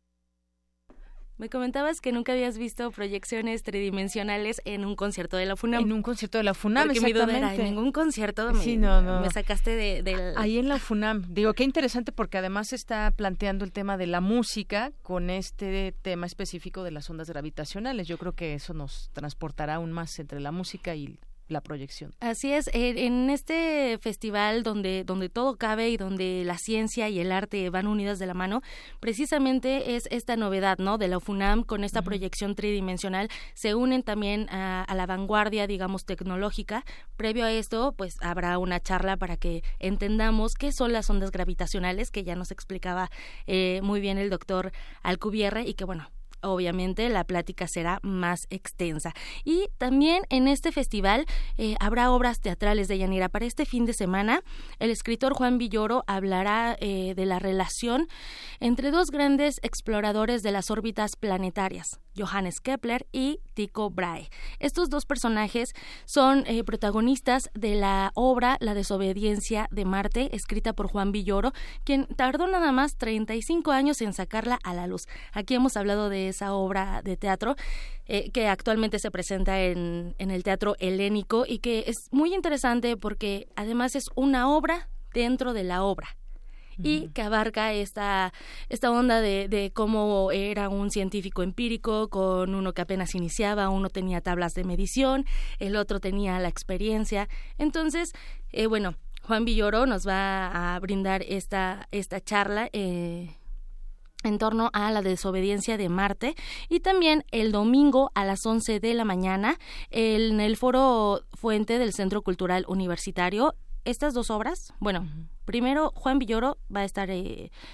Me comentabas que nunca habías visto proyecciones tridimensionales en un concierto de la FUNAM. En un concierto de la FUNAM, porque exactamente. Mi duda era, en ningún concierto me sacaste del... Ahí en la FUNAM. Digo, qué interesante, porque además está planteando el tema de la música con este tema específico de las ondas gravitacionales. Yo creo que eso nos transportará aún más entre la música y la proyección. Así es, en este festival donde todo cabe y donde la ciencia y el arte van unidas de la mano, precisamente es esta novedad, ¿no?, de la UFUNAM con esta proyección tridimensional. Se unen también a la vanguardia, digamos, tecnológica. Previo a esto, pues habrá una charla para que entendamos qué son las ondas gravitacionales, que ya nos explicaba muy bien el doctor Alcubierre, y que, bueno, obviamente la plática será más extensa. Y también en este festival habrá obras teatrales de Yanira. Para este fin de semana, el escritor Juan Villoro hablará de la relación entre dos grandes exploradores de las órbitas planetarias, Johannes Kepler y Tycho Brahe. Estos dos personajes son protagonistas de la obra La desobediencia de Marte, escrita por Juan Villoro, quien tardó nada más 35 años en sacarla a la luz. Aquí hemos hablado de esa obra de teatro que actualmente se presenta en el Teatro Helénico y que es muy interesante porque además es una obra dentro de la obra. Y que abarca esta onda de cómo era un científico empírico con uno que apenas iniciaba, uno tenía tablas de medición, el otro tenía la experiencia. Entonces, Juan Villoro nos va a brindar esta charla en torno a la desobediencia de Marte, y también el domingo a las 11 de la mañana en el Foro Fuente del Centro Cultural Universitario. Estas dos obras, primero Juan Villoro va a estar va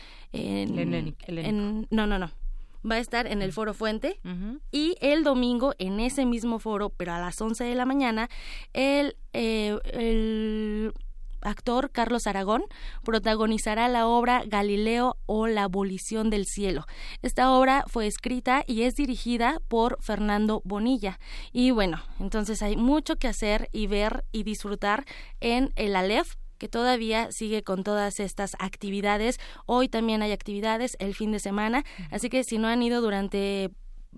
a estar en el Foro Fuente, y el domingo en ese mismo foro, pero a las 11 de la mañana, el actor Carlos Aragón protagonizará la obra Galileo o la abolición del cielo. Esta obra fue escrita y es dirigida por Fernando Bonilla. Y entonces hay mucho que hacer y ver y disfrutar en el Aleph, que todavía sigue con todas estas actividades. Hoy también hay actividades el fin de semana, así que si no han ido durante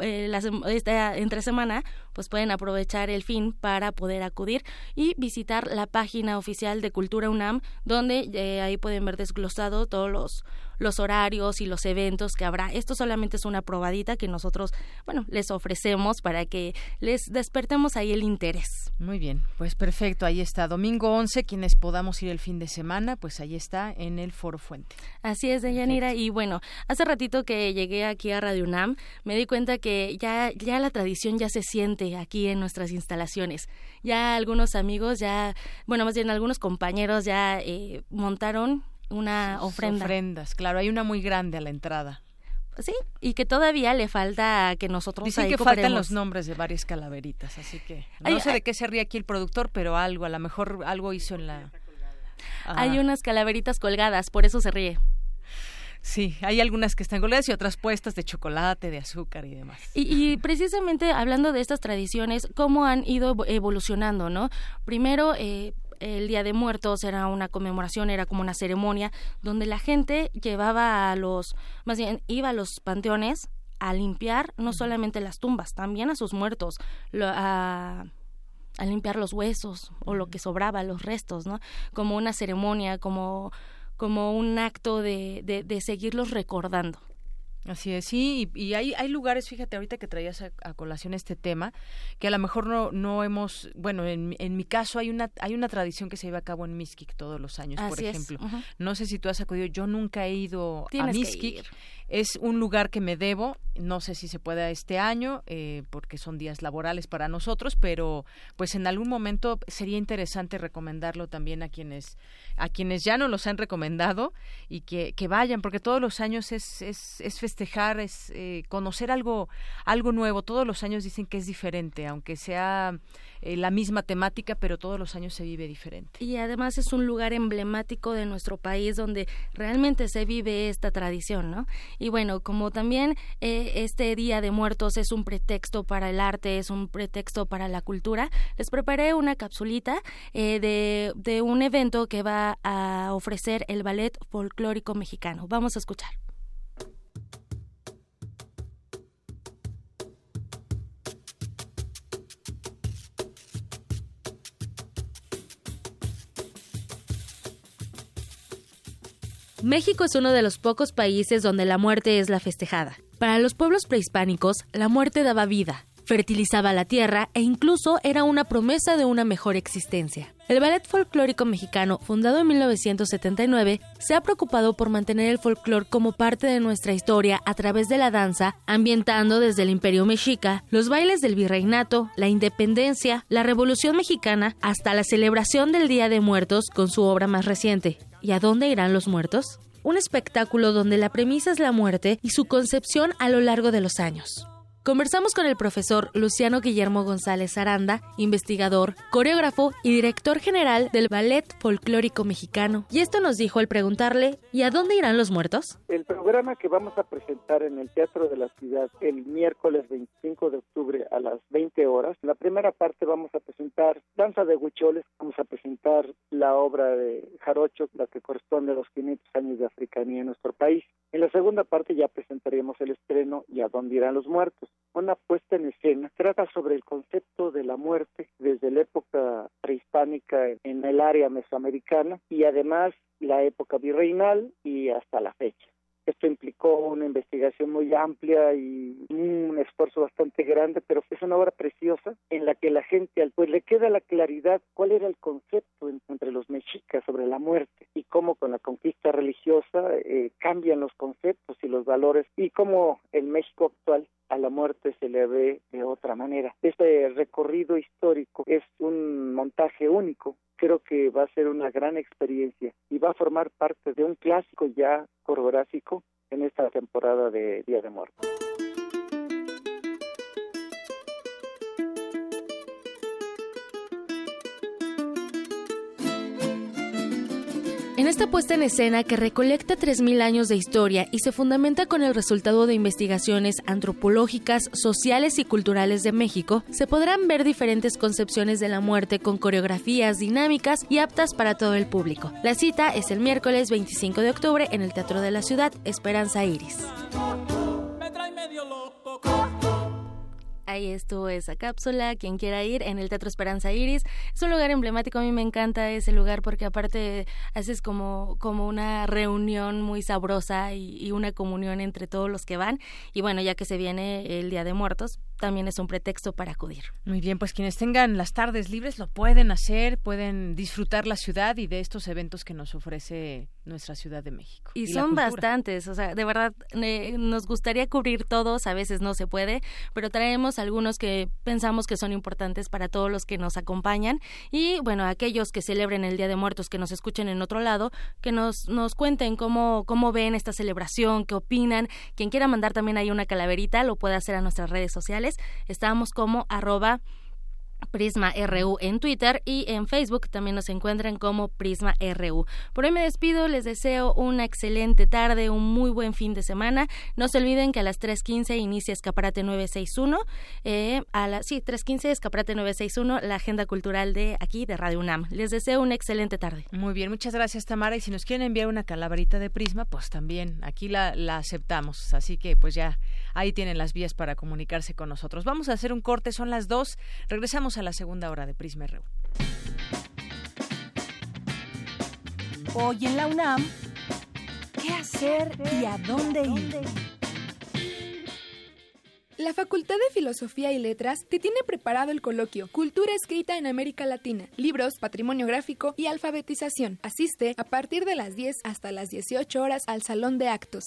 esta entre semana, pues pueden aprovechar el fin para poder acudir y visitar la página oficial de Cultura UNAM, donde ahí pueden ver desglosado todos los horarios y los eventos que habrá. Esto solamente es una probadita que nosotros, les ofrecemos para que les despertemos ahí el interés. Muy bien, pues perfecto, ahí está, domingo 11, quienes podamos ir el fin de semana, pues ahí está en el Foro Fuente. Así es, Deyanira, y hace ratito que llegué aquí a Radio UNAM, me di cuenta que ya la tradición ya se siente aquí en nuestras instalaciones. Ya algunos amigos, algunos compañeros ya montaron una ofrenda. Ofrendas, claro, hay una muy grande a la entrada. Sí, y que todavía le falta que nosotros dicen ahí que cooperemos. Faltan los nombres de varias calaveritas, así que no sé de qué se ríe aquí el productor, pero a lo mejor algo hizo en la... Hay unas calaveritas colgadas, por eso se ríe. Sí, hay algunas que están colgadas y otras puestas de chocolate, de azúcar y demás. Y precisamente hablando de estas tradiciones, cómo han ido evolucionando, ¿no? Primero, el Día de Muertos era una conmemoración, era como una ceremonia donde la gente iba a los panteones a limpiar no solamente las tumbas, también a sus muertos, a limpiar los huesos o lo que sobraba, los restos, ¿no? Como una ceremonia, como un acto de seguirlos recordando. Así es, sí, y hay lugares, fíjate, ahorita que traías a colación este tema, que a lo mejor no hemos, en mi caso hay una tradición que se lleva a cabo en Mixquic todos los años, por ejemplo. No sé si tú has acudido, yo nunca he ido a Mixquic. Es un lugar que me debo, no sé si se pueda este año, porque son días laborales para nosotros, pero pues en algún momento sería interesante recomendarlo también a quienes ya nos los han recomendado y que vayan, porque todos los años es festejar, es conocer algo nuevo. Todos los años dicen que es diferente, aunque sea la misma temática, pero todos los años se vive diferente. Y además es un lugar emblemático de nuestro país donde realmente se vive esta tradición, ¿no? Y como también este Día de Muertos es un pretexto para el arte, es un pretexto para la cultura, les preparé una capsulita de un evento que va a ofrecer el Ballet Folclórico Mexicano. Vamos a escuchar. México es uno de los pocos países donde la muerte es la festejada. Para los pueblos prehispánicos, la muerte daba vida, fertilizaba la tierra e incluso era una promesa de una mejor existencia. El Ballet Folclórico Mexicano, fundado en 1979, se ha preocupado por mantener el folclore como parte de nuestra historia a través de la danza, ambientando desde el Imperio Mexica, los bailes del Virreinato, la Independencia, la Revolución Mexicana, hasta la celebración del Día de Muertos con su obra más reciente, ¿Y a dónde irán los muertos? un espectáculo donde la premisa es la muerte y su concepción a lo largo de los años. Conversamos con el profesor Luciano Guillermo González Aranda, investigador, coreógrafo y director general del Ballet Folclórico Mexicano. Y esto nos dijo al preguntarle, ¿y a dónde irán los muertos? El programa que vamos a presentar en el Teatro de la Ciudad el miércoles 25 de octubre a las 20 horas, en la primera parte vamos a presentar Danza de Huicholes, vamos a presentar la obra de Jarocho, la que corresponde a los 500 años de africanía en nuestro país. En la segunda parte ya presentaremos el estreno y a dónde irán los muertos. Una puesta en escena trata sobre el concepto de la muerte desde la época prehispánica en el área mesoamericana y además la época virreinal y hasta la fecha. Esto implicó una investigación muy amplia y un esfuerzo bastante grande, pero es una obra preciosa en la que la gente pues le queda la claridad cuál era el concepto entre los mexicas sobre la muerte y cómo con la conquista religiosa cambian los conceptos y los valores y cómo el México actual a la muerte se le ve de otra manera. Este recorrido histórico es un montaje único. Creo que va a ser una gran experiencia y va a formar parte de un clásico ya coreográfico en esta temporada de Día de Muertos. En esta puesta en escena que recolecta 3.000 años de historia y se fundamenta con el resultado de investigaciones antropológicas, sociales y culturales de México, se podrán ver diferentes concepciones de la muerte con coreografías dinámicas y aptas para todo el público. La cita es el miércoles 25 de octubre en el Teatro de la Ciudad, Esperanza Iris. Ahí estuvo esa cápsula, quien quiera ir, en el Teatro Esperanza Iris. Es un lugar emblemático, a mí me encanta ese lugar porque aparte haces como una reunión muy sabrosa y una comunión entre todos los que van. Y bueno, ya que se viene el Día de Muertos, también es un pretexto para acudir. Muy bien, pues quienes tengan las tardes libres lo pueden hacer, pueden disfrutar la ciudad y de estos eventos que nos ofrece nuestra Ciudad de México. Y son bastantes, o sea, de verdad nos gustaría cubrir todos, a veces no se puede, pero traemos algunos que pensamos que son importantes para todos los que nos acompañan y bueno, aquellos que celebren el Día de Muertos, que nos escuchen en otro lado, que nos cuenten cómo ven esta celebración, qué opinan. Quien quiera mandar también ahí una calaverita lo puede hacer a nuestras redes sociales. Estamos como @PrismaRU en Twitter y en Facebook también nos encuentran como PrismaRU. Por hoy me despido, les deseo una excelente tarde, un muy buen fin de semana. No se olviden que a las 3:15 inicia Escaparate 961, 3:15 Escaparate 961, la agenda cultural de aquí de Radio UNAM. Les deseo una excelente tarde. Muy bien, muchas gracias, Tamara, y si nos quieren enviar una calaverita de Prisma, pues también aquí la aceptamos, así que pues ya ahí tienen las vías para comunicarse con nosotros. Vamos a hacer un corte, son las 2, regresamos a la segunda hora de Prisma RU. Hoy en la UNAM, ¿qué hacer y a dónde ir? La Facultad de Filosofía y Letras te tiene preparado el coloquio Cultura escrita en América Latina, libros, patrimonio gráfico y alfabetización. Asiste a partir de las 10 hasta las 18 horas al Salón de Actos.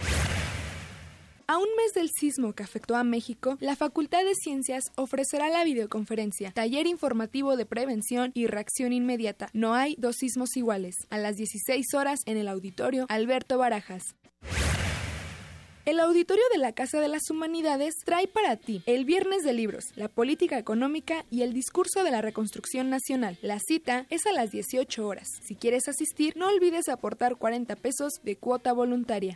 A un mes del sismo que afectó a México, la Facultad de Ciencias ofrecerá la videoconferencia Taller Informativo de Prevención y Reacción Inmediata. No hay dos sismos iguales. A las 16 horas en el auditorio Alberto Barajas. El auditorio de la Casa de las Humanidades trae para ti el Viernes de Libros, la política económica y el discurso de la reconstrucción nacional. La cita es a las 18 horas. Si quieres asistir, no olvides aportar 40 pesos de cuota voluntaria.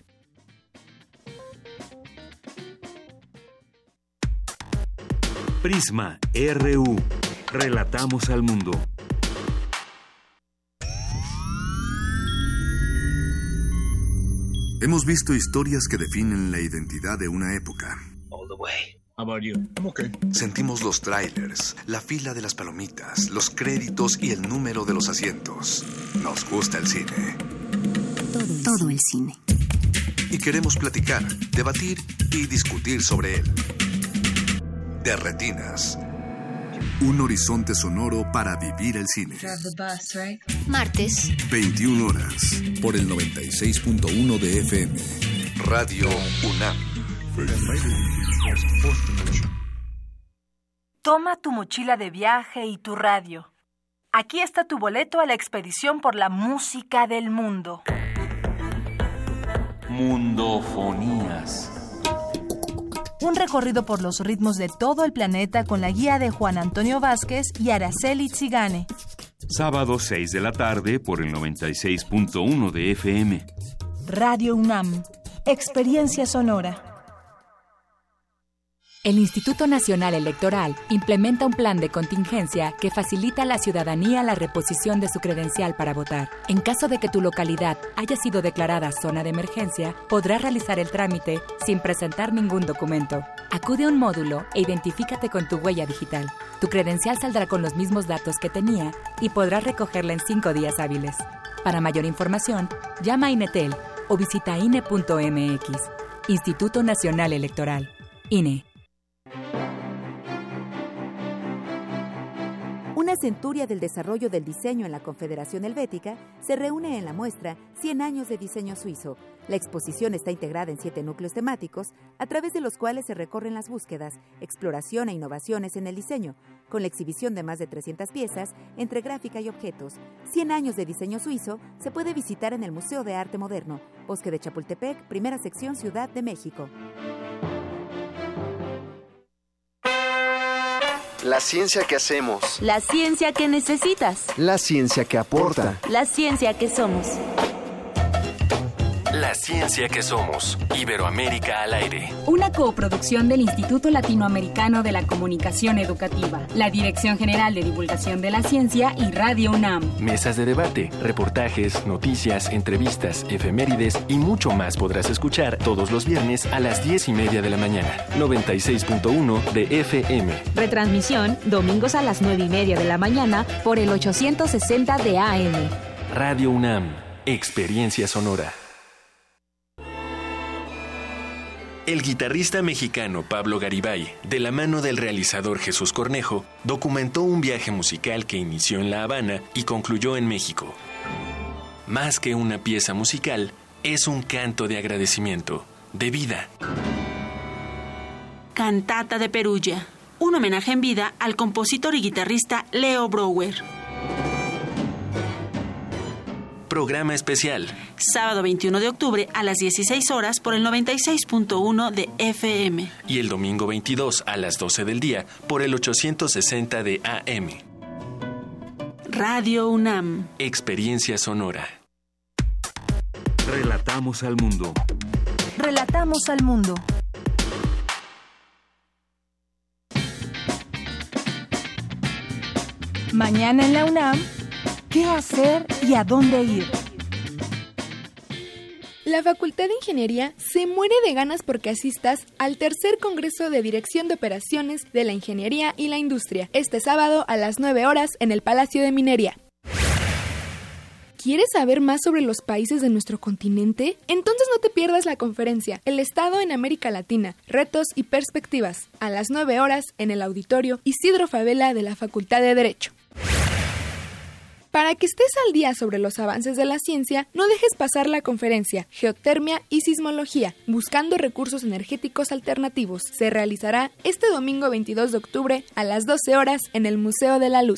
Prisma RU. Relatamos al mundo. Hemos visto historias que definen la identidad de una época. All the way. How about you? I'm okay. Sentimos los trailers, la fila de las palomitas, los créditos y el número de los asientos. Nos gusta el cine. Todo el cine. Y queremos platicar, debatir y discutir sobre él. De Retinas. Un horizonte sonoro para vivir el cine. Martes, 21 horas. Por el 96.1 de FM. Radio UNAM. Toma tu mochila de viaje y tu radio. Aquí está tu boleto a la expedición por la música del mundo. Mundofonías. Un recorrido por los ritmos de todo el planeta con la guía de Juan Antonio Vázquez y Araceli Tzigane. Sábado 6 de la tarde por el 96.1 de FM. Radio UNAM. Experiencia sonora. El Instituto Nacional Electoral implementa un plan de contingencia que facilita a la ciudadanía la reposición de su credencial para votar. En caso de que tu localidad haya sido declarada zona de emergencia, podrás realizar el trámite sin presentar ningún documento. Acude a un módulo e identifícate con tu huella digital. Tu credencial saldrá con los mismos datos que tenía y podrás recogerla en 5 días hábiles. Para mayor información, llama a INETEL o visita INE.mx. Instituto Nacional Electoral. INE. Una centuria del desarrollo del diseño en la Confederación Helvética se reúne en la muestra 100 años de diseño suizo. La exposición está integrada en 7 núcleos temáticos, a través de los cuales se recorren las búsquedas, exploración e innovaciones en el diseño, con la exhibición de más de 300 piezas entre gráfica y objetos. 100 años de diseño suizo se puede visitar en el Museo de Arte Moderno, Bosque de Chapultepec, primera sección, Ciudad de México. La ciencia que hacemos. La ciencia que necesitas. La ciencia que aporta. La ciencia que somos. La ciencia que somos. Iberoamérica al aire. Una coproducción del Instituto Latinoamericano de la Comunicación Educativa, la Dirección General de Divulgación de la Ciencia y Radio UNAM. Mesas de debate, reportajes, noticias, entrevistas, efemérides y mucho más podrás escuchar todos los viernes a las 10:30 de la mañana. 96.1 de FM. Retransmisión domingos a las 9:30 de la mañana por el 860 de AM. Radio UNAM. Experiencia sonora. El guitarrista mexicano Pablo Garibay, de la mano del realizador Jesús Cornejo, documentó un viaje musical que inició en La Habana y concluyó en México. Más que una pieza musical, es un canto de agradecimiento, de vida. Cantata de Perugia, un homenaje en vida al compositor y guitarrista Leo Brouwer. Programa especial. Sábado 21 de octubre a las 16 horas por el 96.1 de FM. Y el domingo 22 a las 12 del día por el 860 de AM. Radio UNAM. Experiencia sonora. Relatamos al mundo. Relatamos al mundo. Mañana en la UNAM, ¿qué hacer y a dónde ir? La Facultad de Ingeniería se muere de ganas porque asistas al tercer Congreso de Dirección de Operaciones de la Ingeniería y la Industria, este sábado a las 9 horas en el Palacio de Minería. ¿Quieres saber más sobre los países de nuestro continente? Entonces no te pierdas la conferencia El Estado en América Latina, Retos y Perspectivas, a las 9 horas en el Auditorio Isidro Fabela de la Facultad de Derecho. Para que estés al día sobre los avances de la ciencia, no dejes pasar la conferencia Geotermia y Sismología, buscando recursos energéticos alternativos. Se realizará este domingo 22 de octubre a las 12 horas en el Museo de la Luz.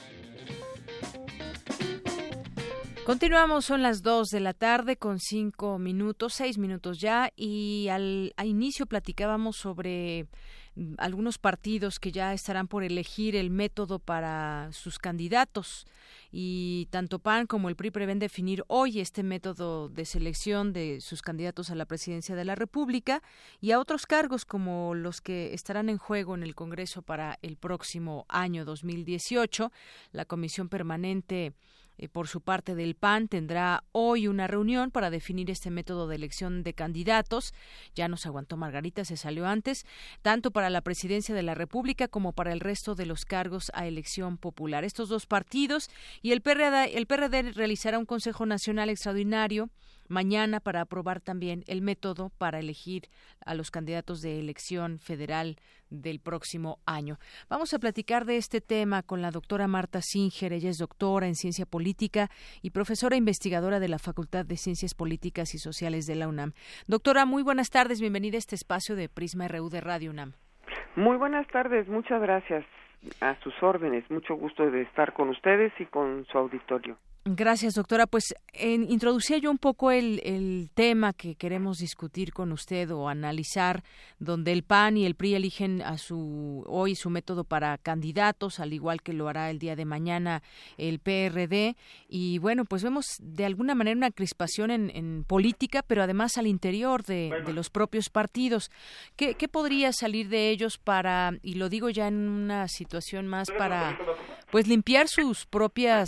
Continuamos, son las 2 de la tarde con 6 minutos ya, y al inicio platicábamos sobre algunos partidos que ya estarán por elegir el método para sus candidatos, y tanto PAN como el PRI prevén definir hoy este método de selección de sus candidatos a la presidencia de la República y a otros cargos como los que estarán en juego en el Congreso para el próximo año 2018. La Comisión Permanente por su parte del PAN tendrá hoy una reunión para definir este método de elección de candidatos. Ya nos aguantó Margarita, se salió antes, tanto para la presidencia de la República como para el resto de los cargos a elección popular. Estos dos partidos y el PRD realizará un Consejo Nacional Extraordinario mañana para aprobar también el método para elegir a los candidatos de elección federal del próximo año. Vamos a platicar de este tema con la doctora Marta Singer. Ella es doctora en Ciencia Política y profesora investigadora de la Facultad de Ciencias Políticas y Sociales de la UNAM. Doctora, muy buenas tardes. Bienvenida a este espacio de Prisma RU de Radio UNAM. Muy buenas tardes. Muchas gracias. A sus órdenes. Mucho gusto de estar con ustedes y con su auditorio. Gracias, doctora. Pues introducía yo un poco el tema que queremos discutir con usted o analizar, donde el PAN y el PRI eligen hoy su método para candidatos, al igual que lo hará el día de mañana el PRD. Y bueno, pues vemos de alguna manera una crispación en política, pero además al interior de los propios partidos. ¿Qué podría salir de ellos y lo digo ya en una situación más para pues limpiar su propia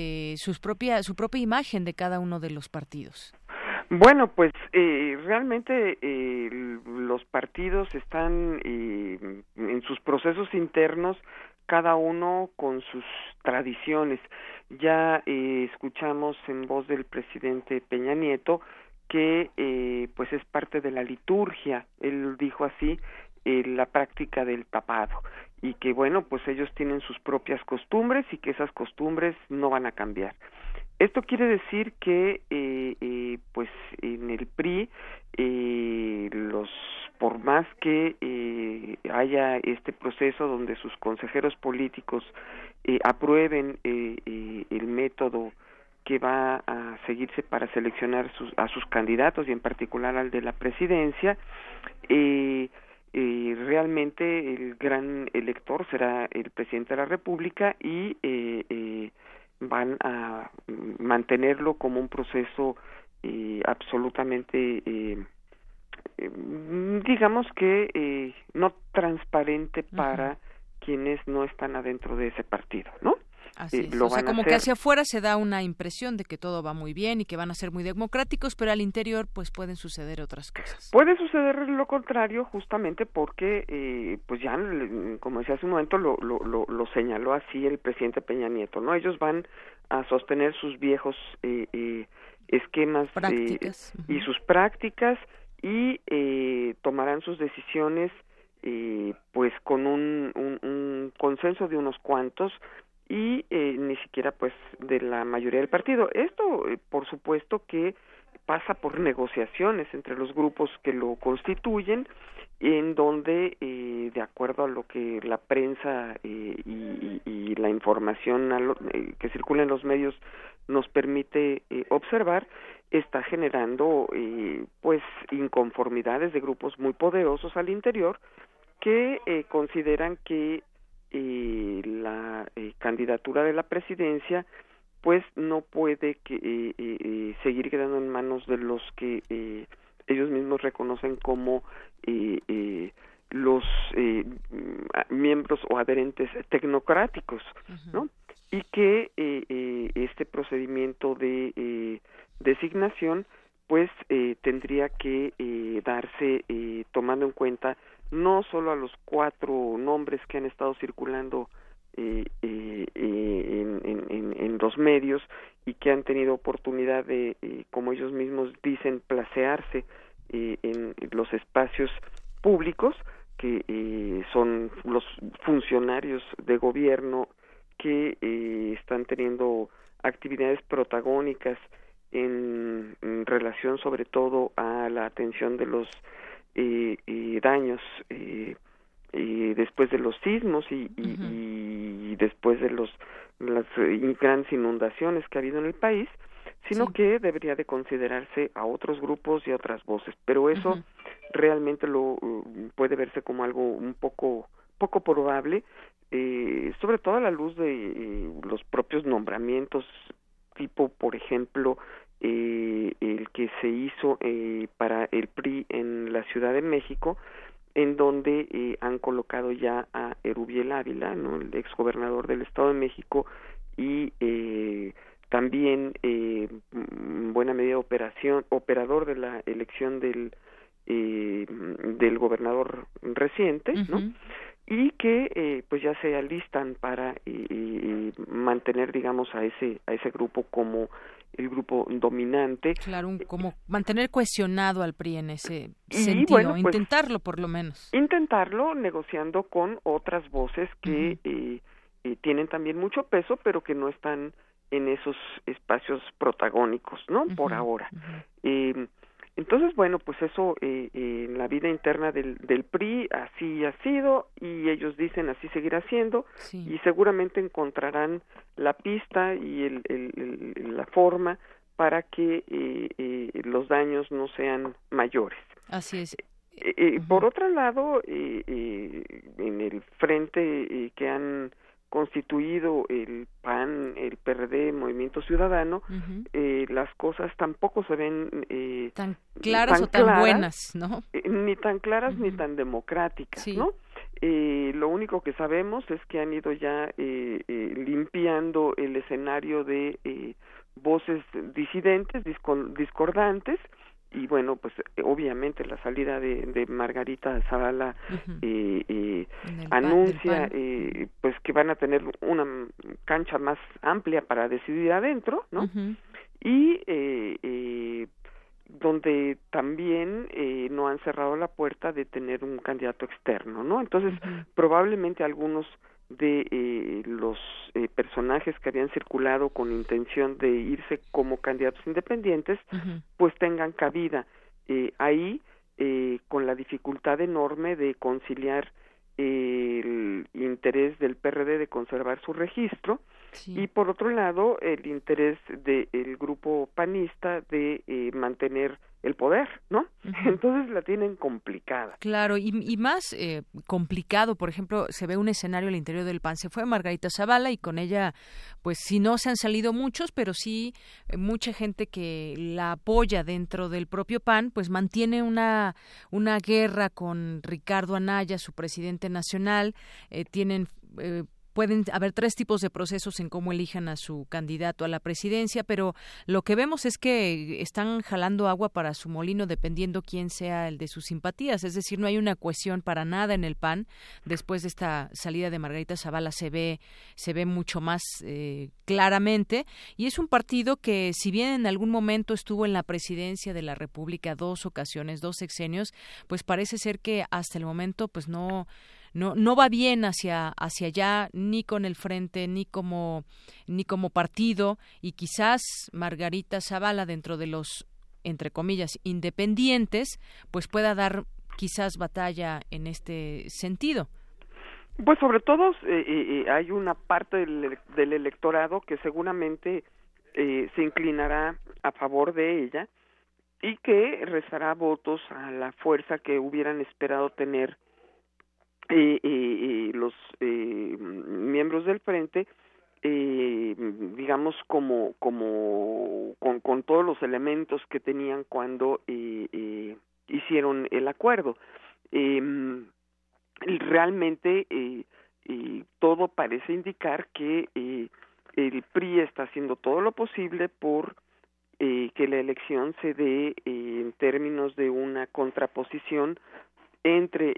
imagen de cada uno de los partidos? Bueno, pues realmente los partidos están en sus procesos internos, cada uno con sus tradiciones. Ya escuchamos en voz del presidente Peña Nieto que pues es parte de la liturgia, él dijo así, la práctica del tapado, y que bueno, pues ellos tienen sus propias costumbres y que esas costumbres no van a cambiar. Esto quiere decir que pues en el PRI por más que haya este proceso donde sus consejeros políticos aprueben el método que va a seguirse para seleccionar a sus candidatos y en particular al de la presidencia, realmente el gran elector será el presidente de la República y van a mantenerlo como un proceso absolutamente digamos que no transparente para quienes no están adentro de ese partido, ¿no? Así es. O sea, como que hacia afuera se da una impresión de que todo va muy bien y que van a ser muy democráticos, pero al interior pues pueden suceder otras cosas. Puede suceder lo contrario, justamente porque pues ya, como decía hace un momento, lo señaló así el presidente Peña Nieto, ¿no? Ellos van a sostener sus viejos esquemas y sus prácticas y tomarán sus decisiones pues con un consenso de unos cuantos y ni siquiera pues de la mayoría del partido. Esto por supuesto que pasa por negociaciones entre los grupos que lo constituyen, en donde de acuerdo a lo que la prensa y la información que circula en los medios nos permite observar, está generando pues inconformidades de grupos muy poderosos al interior que consideran que la candidatura de la presidencia pues no puede seguir quedando en manos de los que ellos mismos reconocen como los miembros o adherentes tecnocráticos, ¿no? Y que este procedimiento de designación pues tendría que darse tomando en cuenta no solo a los 4 nombres que han estado circulando en los medios y que han tenido oportunidad de, como ellos mismos dicen, placearse en los espacios públicos, que son los funcionarios de gobierno que están teniendo actividades protagónicas en relación sobre todo a la atención de los daños después de los sismos y después de las grandes inundaciones que ha habido en el país, sino que debería de considerarse a otros grupos y a otras voces, pero eso realmente lo puede verse como algo un poco probable, sobre todo a la luz de los propios nombramientos, tipo por ejemplo el que se hizo para el PRI en la Ciudad de México, en donde han colocado ya a Erubiel Ávila, ¿no?, el exgobernador del Estado de México, y también en buena medida operador de la elección del gobernador reciente, ¿no? Y que pues ya se alistan para mantener, digamos, a ese grupo como el grupo dominante. Claro, como mantener cohesionado al PRI en ese sentido, bueno, pues, intentarlo por lo menos. Intentarlo negociando con otras voces que tienen también mucho peso, pero que no están en esos espacios protagónicos, ¿no? Por ahora. Entonces, bueno, pues eso en la vida interna del PRI así ha sido, y ellos dicen así seguirá siendo, y seguramente encontrarán la pista y la forma para que los daños no sean mayores. Así es. Por otro lado, en el frente que han constituido el PAN, el PRD, Movimiento Ciudadano, las cosas tampoco se ven tan claras o tan buenas, ¿no? Ni tan claras ni tan democráticas, ¿no? Lo único que sabemos es que han ido ya limpiando el escenario de voces disidentes, discordantes, y bueno, pues obviamente la salida de Margarita Zavala anuncia pues que van a tener una cancha más amplia para decidir adentro, ¿no? Y donde también no han cerrado la puerta de tener un candidato externo, ¿no? Entonces, probablemente algunos de los personajes que habían circulado con intención de irse como candidatos independientes, pues tengan cabida ahí, con la dificultad enorme de conciliar el interés del PRD de conservar su registro y por otro lado el interés del grupo panista de mantener el poder, ¿no? Entonces la tienen complicada. Claro, y más complicado, por ejemplo, se ve un escenario al interior del PAN. Se fue Margarita Zavala y con ella, pues sí, no se han salido muchos, pero sí mucha gente que la apoya dentro del propio PAN, pues mantiene una guerra con Ricardo Anaya, su presidente nacional. Pueden haber 3 tipos de procesos en cómo elijan a su candidato a la presidencia, pero lo que vemos es que están jalando agua para su molino dependiendo quién sea el de sus simpatías. Es decir, no hay una cohesión para nada en el PAN. Después de esta salida de Margarita Zavala se ve mucho más claramente, y es un partido que, si bien en algún momento estuvo en la presidencia de la República 2 ocasiones, 2 sexenios, pues parece ser que hasta el momento pues no va bien hacia allá, ni con el frente, ni como partido, y quizás Margarita Zavala, dentro de los, entre comillas, independientes, pues pueda dar quizás batalla en este sentido. Pues sobre todo hay una parte del electorado que seguramente se inclinará a favor de ella y que rezará votos a la fuerza que hubieran esperado tener los miembros del frente, digamos con todos los elementos que tenían cuando hicieron el acuerdo. Realmente todo parece indicar que el PRI está haciendo todo lo posible por que la elección se dé en términos de una contraposición entre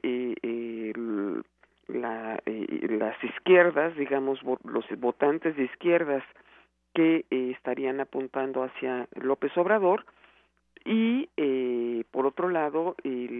las izquierdas, digamos, los votantes de izquierdas que estarían apuntando hacia López Obrador, y por otro lado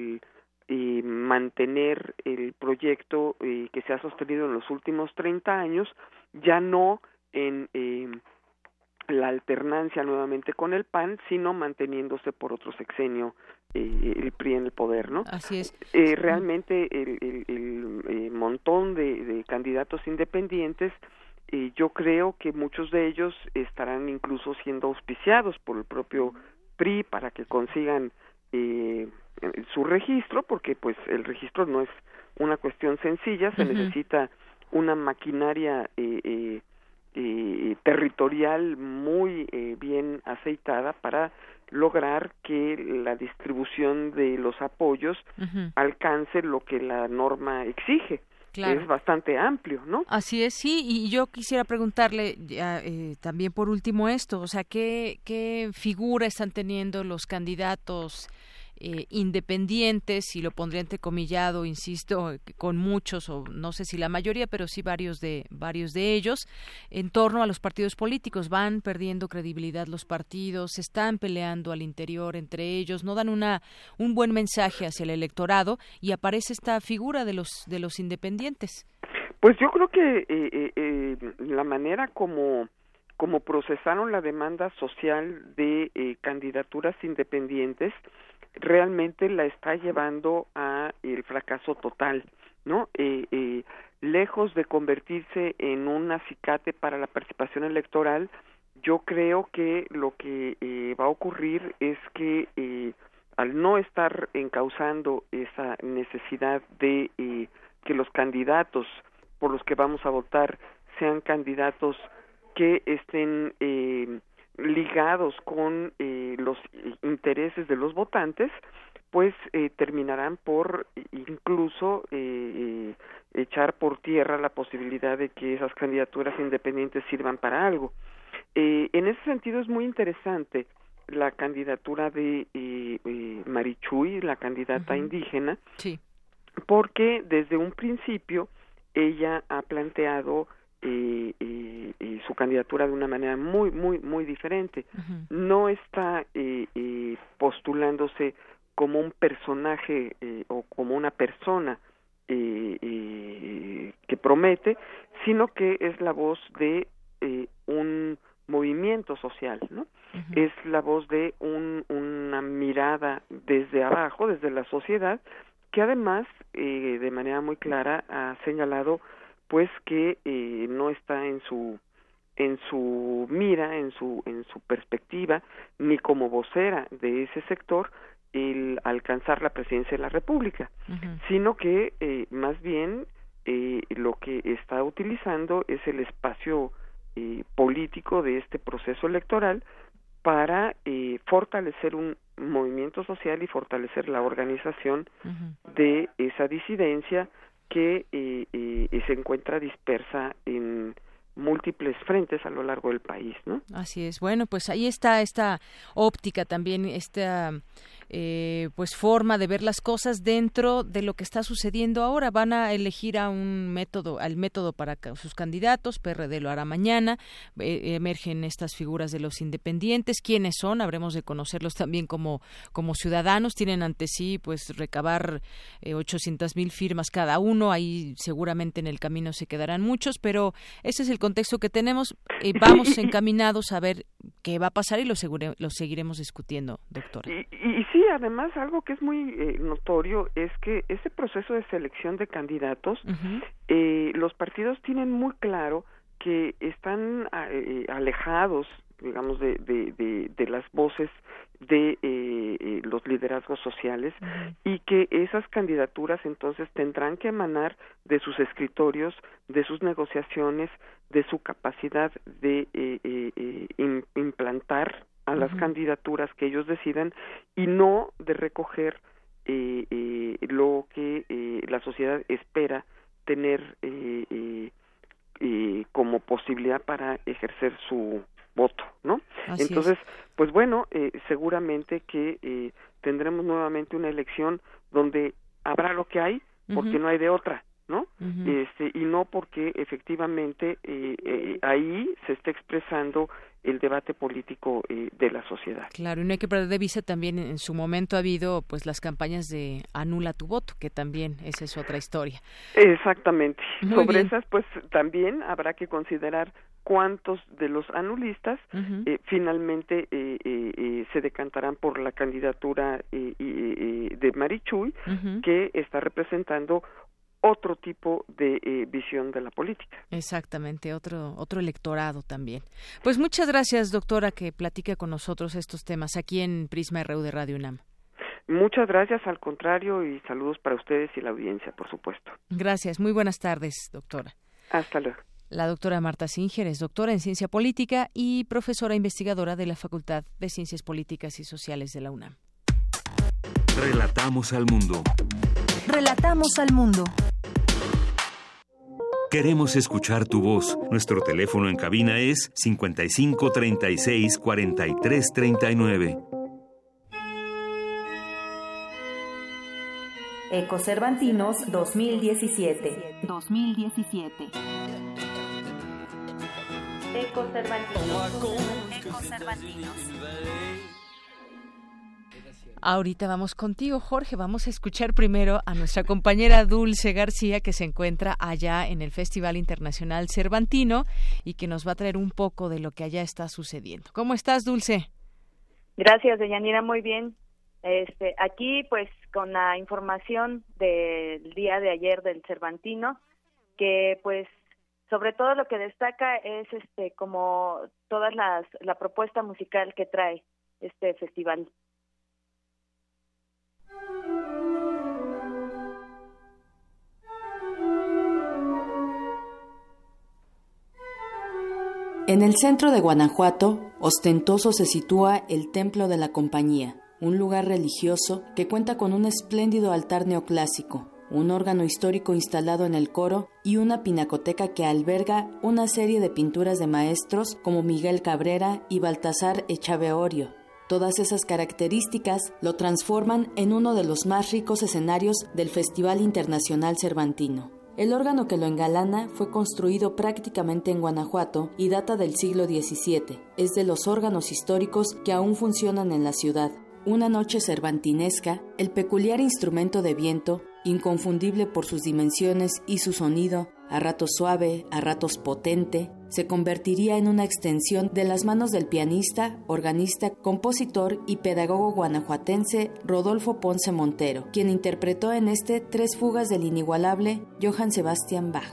mantener el proyecto que se ha sostenido en los últimos 30 años, ya no en la alternancia nuevamente con el PAN, sino manteniéndose por otro sexenio el PRI en el poder, ¿no? Así es. Realmente el montón de candidatos independientes, yo creo que muchos de ellos estarán incluso siendo auspiciados por el propio PRI para que consigan su registro, porque pues el registro no es una cuestión sencilla, se necesita una maquinaria territorial muy bien aceitada para lograr que la distribución de los apoyos alcance lo que la norma exige. Claro. Es bastante amplio, ¿no? Así es, sí, y yo quisiera preguntarle también por último esto, o sea, ¿qué figura están teniendo los candidatos independientes, y lo pondría entrecomillado, insisto, con muchos, o no sé si la mayoría, pero sí varios de ellos, en torno a los partidos políticos? Van perdiendo credibilidad los partidos, se están peleando al interior entre ellos, no dan un buen mensaje hacia el electorado, y aparece esta figura de los independientes. Pues yo creo que la manera como como procesaron la demanda social de candidaturas independientes, realmente la está llevando a el fracaso total, ¿no? Lejos de convertirse en un acicate para la participación electoral, yo creo que lo que va a ocurrir es que al no estar encauzando esa necesidad de que los candidatos por los que vamos a votar sean candidatos que estén ligados con los intereses de los votantes, pues terminarán por incluso echar por tierra la posibilidad de que esas candidaturas independientes sirvan para algo. En ese sentido es muy interesante la candidatura de Marichuy, la candidata indígena, sí, porque desde un principio ella ha planteado su candidatura de una manera muy, muy, muy diferente. No está postulándose como un personaje o como una persona que promete, sino que es la voz de un movimiento social, ¿no? Es la voz de una mirada desde abajo, desde la sociedad, que además de manera muy clara ha señalado pues que no está en su mira, en su perspectiva, ni como vocera de ese sector el alcanzar la presidencia de la República, sino que más bien lo que está utilizando es el espacio político de este proceso electoral para fortalecer un movimiento social y fortalecer la organización de esa disidencia que se encuentra dispersa en múltiples frentes a lo largo del país, ¿no? Así es. Bueno, pues ahí está esta óptica también, esta pues forma de ver las cosas dentro de lo que está sucediendo ahora. Van a elegir al método para sus candidatos. PRD lo hará mañana. Emergen estas figuras de los independientes. ¿Quiénes son? Habremos de conocerlos también como ciudadanos. Tienen ante sí pues recabar 800,000 firmas cada uno. Ahí seguramente en el camino se quedarán muchos, pero ese es el contexto que tenemos. Vamos encaminados a ver qué va a pasar y lo seguiremos discutiendo, doctora. Y sí, además algo que es muy notorio es que ese proceso de selección de candidatos, los partidos tienen muy claro que están alejados, digamos, de las voces de los liderazgos sociales y que esas candidaturas entonces tendrán que emanar de sus escritorios, de sus negociaciones, de su capacidad de implantar a las candidaturas que ellos decidan y no de recoger lo que la sociedad espera tener como posibilidad para ejercer su voto, ¿no? Entonces, pues bueno, seguramente que tendremos nuevamente una elección donde habrá lo que hay porque no hay de otra, ¿no? Y no porque efectivamente ahí se está expresando el debate político de la sociedad. Claro, y no hay que perder de vista también en su momento ha habido pues las campañas de anula tu voto, que también esa es otra historia. Exactamente. Muy Sobre bien. esas pues también habrá que considerar cuántos de los anulistas finalmente se decantarán por la candidatura de Marichuy, que está representando otro tipo de visión de la política. Exactamente, otro electorado también. Pues muchas gracias, doctora, que platique con nosotros estos temas aquí en Prisma RU de Radio UNAM. Muchas gracias, al contrario, y saludos para ustedes y la audiencia, por supuesto. Gracias, muy buenas tardes, doctora. Hasta luego. La doctora Marta Singer es doctora en Ciencia Política y profesora investigadora de la Facultad de Ciencias Políticas y Sociales de la UNAM. Relatamos al mundo. Relatamos al mundo. Queremos escuchar tu voz. Nuestro teléfono en cabina es 55 36 43 39. Ecocervantinos 2017. Ecocervantinos. Ahorita vamos contigo, Jorge. Vamos a escuchar primero a nuestra compañera Dulce García, que se encuentra allá en el Festival Internacional Cervantino y que nos va a traer un poco de lo que allá está sucediendo. ¿Cómo estás, Dulce? Gracias, Deyanira, muy bien. Aquí, pues, con la información del día de ayer del Cervantino, que, pues, sobre todo lo que destaca es, como toda la propuesta musical que trae este festival. En el centro de Guanajuato, ostentoso se sitúa el Templo de la Compañía, un lugar religioso que cuenta con un espléndido altar neoclásico, un órgano histórico instalado en el coro y una pinacoteca que alberga una serie de pinturas de maestros como Miguel Cabrera y Baltasar Echaveorio. Todas esas características lo transforman en uno de los más ricos escenarios del Festival Internacional Cervantino. El órgano que lo engalana fue construido prácticamente en Guanajuato y data del siglo XVII. Es de los órganos históricos que aún funcionan en la ciudad. Una noche cervantinesca, el peculiar instrumento de viento, inconfundible por sus dimensiones y su sonido, a ratos suave, a ratos potente, se convertiría en una extensión de las manos del pianista, organista, compositor y pedagogo guanajuatense Rodolfo Ponce Montero, quien interpretó en 3 fugas del inigualable Johann Sebastian Bach.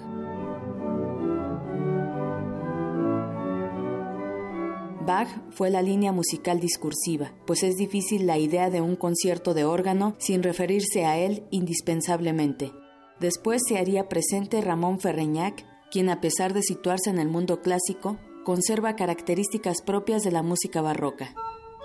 Bach fue la línea musical discursiva, pues es difícil la idea de un concierto de órgano sin referirse a él indispensablemente. Después se haría presente Ramón Ferreñac, quien a pesar de situarse en el mundo clásico, conserva características propias de la música barroca.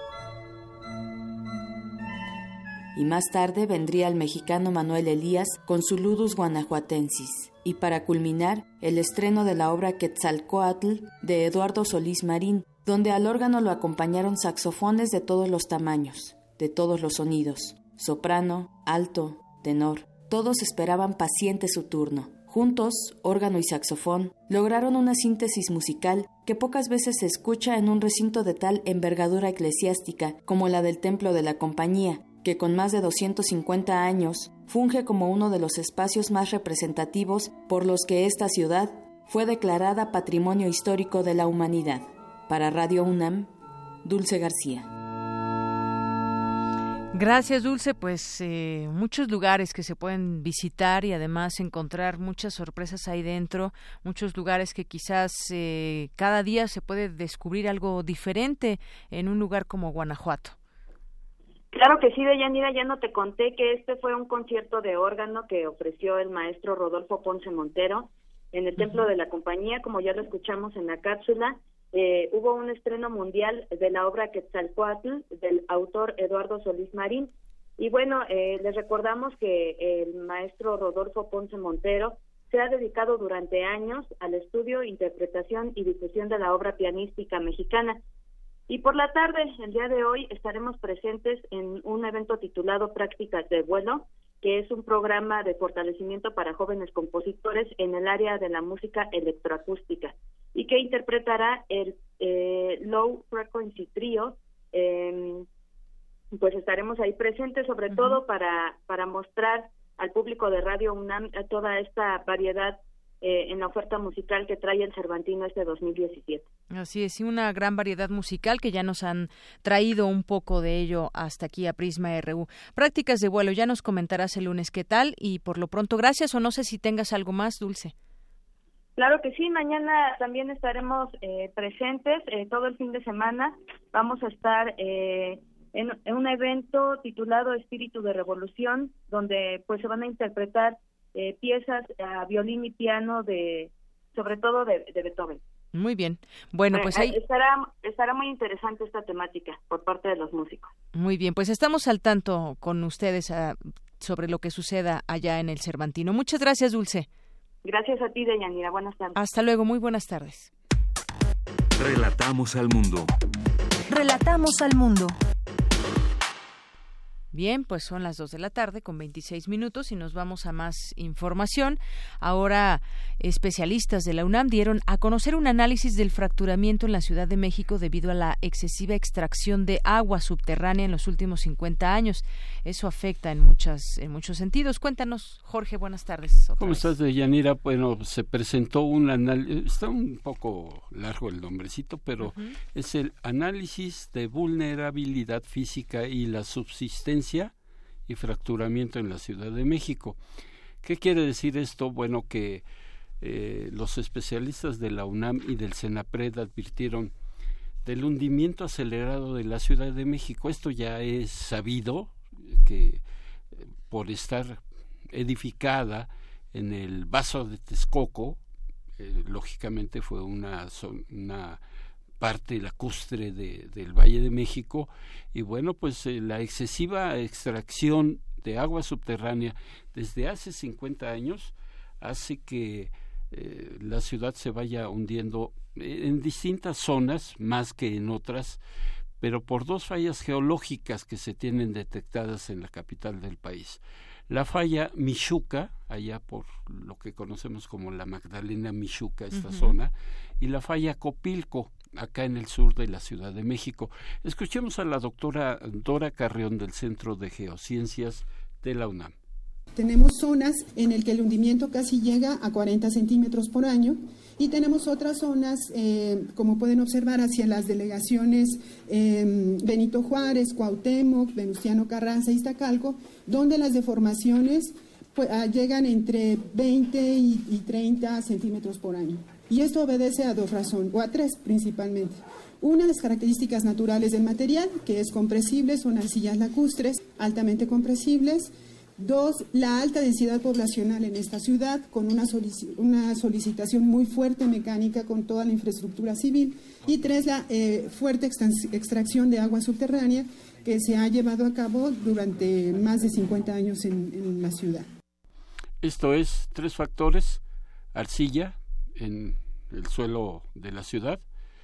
Y más tarde vendría el mexicano Manuel Elías con su Ludus Guanajuatensis. Y para culminar, el estreno de la obra Quetzalcóatl de Eduardo Solís Marín, donde al órgano lo acompañaron saxofones de todos los tamaños, de todos los sonidos, soprano, alto, tenor. Todos esperaban pacientes su turno. Juntos, órgano y saxofón, lograron una síntesis musical que pocas veces se escucha en un recinto de tal envergadura eclesiástica como la del Templo de la Compañía, que con más de 250 años funge como uno de los espacios más representativos por los que esta ciudad fue declarada Patrimonio Histórico de la Humanidad. Para Radio UNAM, Dulce García. Gracias, Dulce. Pues muchos lugares que se pueden visitar y además encontrar muchas sorpresas ahí dentro, muchos lugares que quizás cada día se puede descubrir algo diferente en un lugar como Guanajuato. Claro que sí, Deyanira, ya no te conté que este fue un concierto de órgano que ofreció el maestro Rodolfo Ponce Montero en el Templo de la Compañía, como ya lo escuchamos en la cápsula. Hubo un estreno mundial de la obra Quetzalcóatl del autor Eduardo Solís Marín y bueno, les recordamos que el maestro Rodolfo Ponce Montero se ha dedicado durante años al estudio, interpretación y difusión de la obra pianística mexicana y por la tarde, el día de hoy, estaremos presentes en un evento titulado Prácticas de Vuelo, que es un programa de fortalecimiento para jóvenes compositores en el área de la música electroacústica y que interpretará el Low Frequency Trio. Pues estaremos ahí presentes sobre todo para mostrar al público de Radio UNAM toda esta variedad en la oferta musical que trae el Cervantino 2017. Así es, y una gran variedad musical que ya nos han traído un poco de ello hasta aquí a Prisma RU. Prácticas de vuelo, ya nos comentarás el lunes qué tal y por lo pronto gracias, o no sé si tengas algo más, Dulce. Claro que sí, mañana también estaremos presentes, todo el fin de semana vamos a estar en un evento titulado Espíritu de Revolución, donde pues se van a interpretar piezas a violín y piano sobre todo de Beethoven. Muy bien. Bueno, pues ahí estará muy interesante esta temática por parte de los músicos. Muy bien, pues estamos al tanto con ustedes sobre lo que suceda allá en el Cervantino. Muchas gracias, Dulce. Gracias a ti, Deyanira. Buenas tardes. Hasta luego, muy buenas tardes. Relatamos al mundo. Relatamos al mundo. Bien, pues son las 2 de la tarde con 26 minutos y nos vamos a más información. Ahora, especialistas de la UNAM dieron a conocer un análisis del fracturamiento en la Ciudad de México debido a la excesiva extracción de agua subterránea en los últimos 50 años. Eso afecta en muchos sentidos. Cuéntanos, Jorge, buenas tardes. ¿Cómo estás, Deyanira? Bueno, se presentó un análisis, está un poco largo el nombrecito, pero es el análisis de vulnerabilidad física y la subsistencia y fracturamiento en la Ciudad de México. ¿Qué quiere decir esto? Bueno, que los especialistas de la UNAM y del CENAPRED advirtieron del hundimiento acelerado de la Ciudad de México. Esto ya es sabido, que por estar edificada en el Vaso de Texcoco, lógicamente fue una parte lacustre del Valle de México, y bueno, pues la excesiva extracción de agua subterránea desde hace 50 años hace que la ciudad se vaya hundiendo en distintas zonas, más que en otras, pero por dos fallas geológicas que se tienen detectadas en la capital del país. La falla Mixhuca, allá por lo que conocemos como la Magdalena Mixhuca, esta zona, y la falla Copilco, acá en el sur de la Ciudad de México. Escuchemos a la doctora Dora Carrión del Centro de Geociencias de la UNAM. Tenemos zonas en las que el hundimiento casi llega a 40 centímetros por año, y tenemos otras zonas, como pueden observar, hacia las delegaciones Benito Juárez, Cuauhtémoc, Venustiano Carranza, Iztacalco, donde las deformaciones llegan entre 20 y 30 centímetros por año. Y esto obedece a dos razones, o a tres principalmente. Una, las características naturales del material, que es compresible, son arcillas lacustres, altamente compresibles. Dos, la alta densidad poblacional en esta ciudad, con una solicitación muy fuerte mecánica con toda la infraestructura civil. Y tres, la fuerte extracción de agua subterránea que se ha llevado a cabo durante más de 50 años en la ciudad. Esto es tres factores: arcilla en el suelo de la ciudad,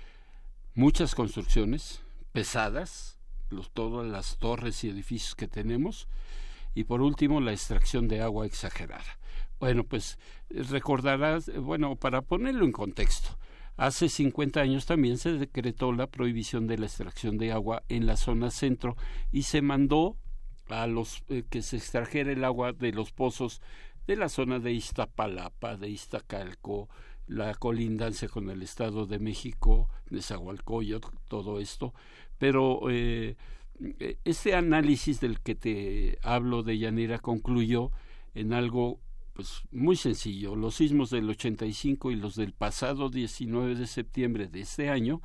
muchas construcciones pesadas, todas las torres y edificios que tenemos, y por último la extracción de agua exagerada. Bueno, pues recordarás, bueno, para ponerlo en contexto, hace 50 años también se decretó la prohibición de la extracción de agua en la zona centro y se mandó a los que se extrajera el agua de los pozos de la zona de Iztapalapa, de Iztacalco, la colindancia con el Estado de México, Nezahualcóyotl, todo esto, pero este análisis del que te hablo, Deyanira, concluyó en algo pues muy sencillo. Los sismos del 85 y los del pasado 19 de septiembre de este año,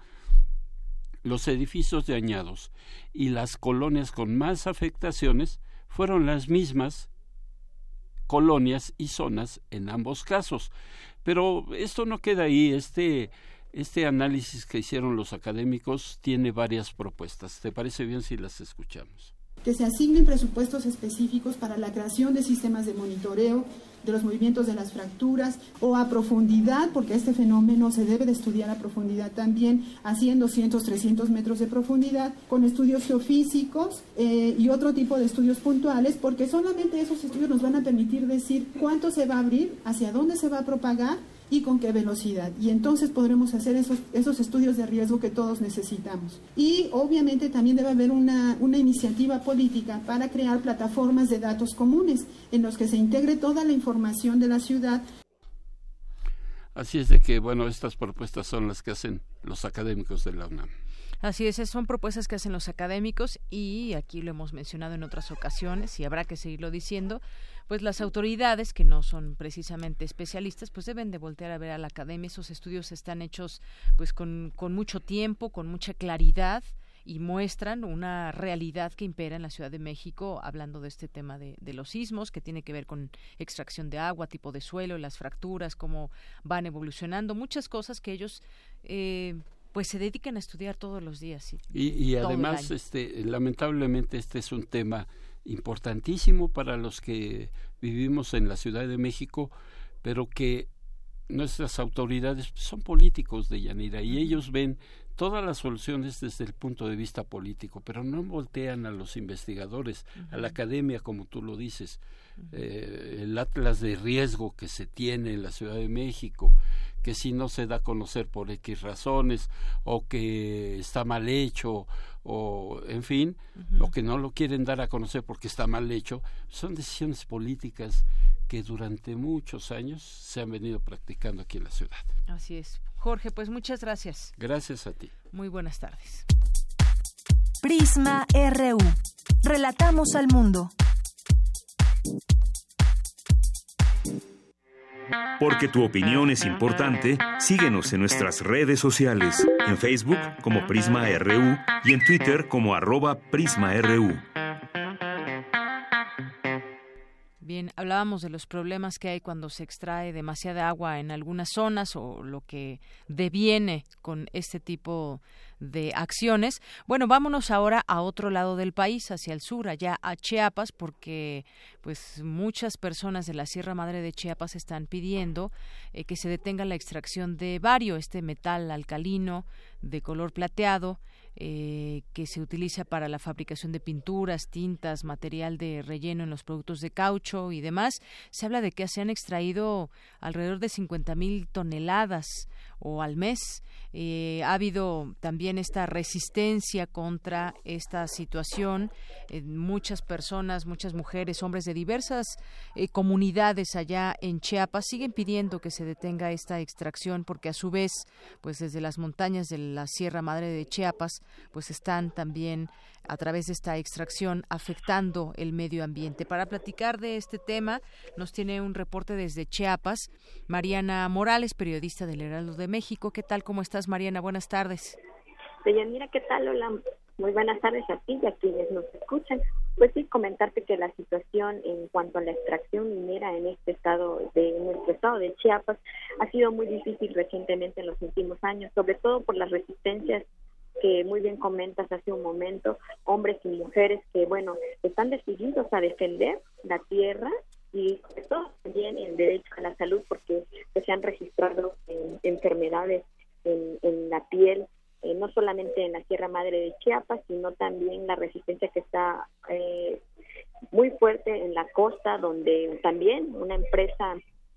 los edificios dañados y las colonias con más afectaciones fueron las mismas colonias y zonas en ambos casos. Pero esto no queda ahí. Este análisis que hicieron los académicos tiene varias propuestas. ¿Te parece bien si las escuchamos? Que se asignen presupuestos específicos para la creación de sistemas de monitoreo de los movimientos de las fracturas, o a profundidad, porque este fenómeno se debe de estudiar a profundidad también, así en 200, 300 metros de profundidad, con estudios geofísicos y otro tipo de estudios puntuales, porque solamente esos estudios nos van a permitir decir cuánto se va a abrir, hacia dónde se va a propagar y con qué velocidad. Y entonces podremos hacer esos estudios de riesgo que todos necesitamos. Y obviamente también debe haber una iniciativa política para crear plataformas de datos comunes en los que se integre toda la información de la ciudad. Así es de que, bueno, estas propuestas son las que hacen los académicos de la UNAM. Así es, son propuestas que hacen los académicos, y aquí lo hemos mencionado en otras ocasiones y habrá que seguirlo diciendo, pues las autoridades, que no son precisamente especialistas, pues deben de voltear a ver a la academia. Esos estudios están hechos pues con mucho tiempo, con mucha claridad, y muestran una realidad que impera en la Ciudad de México, hablando de este tema de los sismos, que tiene que ver con extracción de agua, tipo de suelo, las fracturas, cómo van evolucionando, muchas cosas que ellos pues se dedican a estudiar todos los días. Y además, lamentablemente, este es un tema importantísimo para los que vivimos en la Ciudad de México, pero que nuestras autoridades son políticos, Deyanira, y ellos ven todas las soluciones desde el punto de vista político, pero no voltean a los investigadores, a la academia, como tú lo dices. El atlas de riesgo que se tiene en la Ciudad de México, que si no se da a conocer por X razones, o que está mal hecho, o en fin, o que no lo quieren dar a conocer porque está mal hecho, son decisiones políticas que durante muchos años se han venido practicando aquí en la ciudad. Así es. Jorge, pues muchas gracias. Gracias a ti. Muy buenas tardes. Prisma RU. Relatamos al mundo. Porque tu opinión es importante, síguenos en nuestras redes sociales, en Facebook como Prisma RU y en Twitter como @PrismaRU. Bien, hablábamos de los problemas que hay cuando se extrae demasiada agua en algunas zonas o lo que deviene con este tipo de acciones. Bueno, vámonos ahora a otro lado del país, hacia el sur, allá a Chiapas, porque pues muchas personas de la Sierra Madre de Chiapas están pidiendo que se detenga la extracción de bario, este metal alcalino de color plateado, que se utiliza para la fabricación de pinturas, tintas, material de relleno en los productos de caucho y demás. Se habla de que se han extraído alrededor de 50,000 toneladas o al mes. Ha habido también esta resistencia contra esta situación. Muchas personas, muchas mujeres, hombres de diversas comunidades allá en Chiapas siguen pidiendo que se detenga esta extracción, porque a su vez, pues desde las montañas de la Sierra Madre de Chiapas, pues están también a través de esta extracción afectando el medio ambiente. Para platicar de este tema nos tiene un reporte desde Chiapas Mariana Morales, periodista del Heraldo de México. ¿Qué tal? ¿Cómo estás, Mariana? Buenas tardes. Deyanira, ¿qué tal? Hola, muy buenas tardes a ti y a quienes nos escuchan. Pues sí, comentarte que la situación en cuanto a la extracción minera en nuestro estado de Chiapas ha sido muy difícil recientemente en los últimos años, sobre todo por las resistencias que muy bien comentas hace un momento, hombres y mujeres que, bueno, están decididos a defender la tierra y sobre todo también el derecho a la salud, porque se han registrado enfermedades en la piel, no solamente en la Sierra Madre de Chiapas, sino también la resistencia que está muy fuerte en la costa, donde también una empresa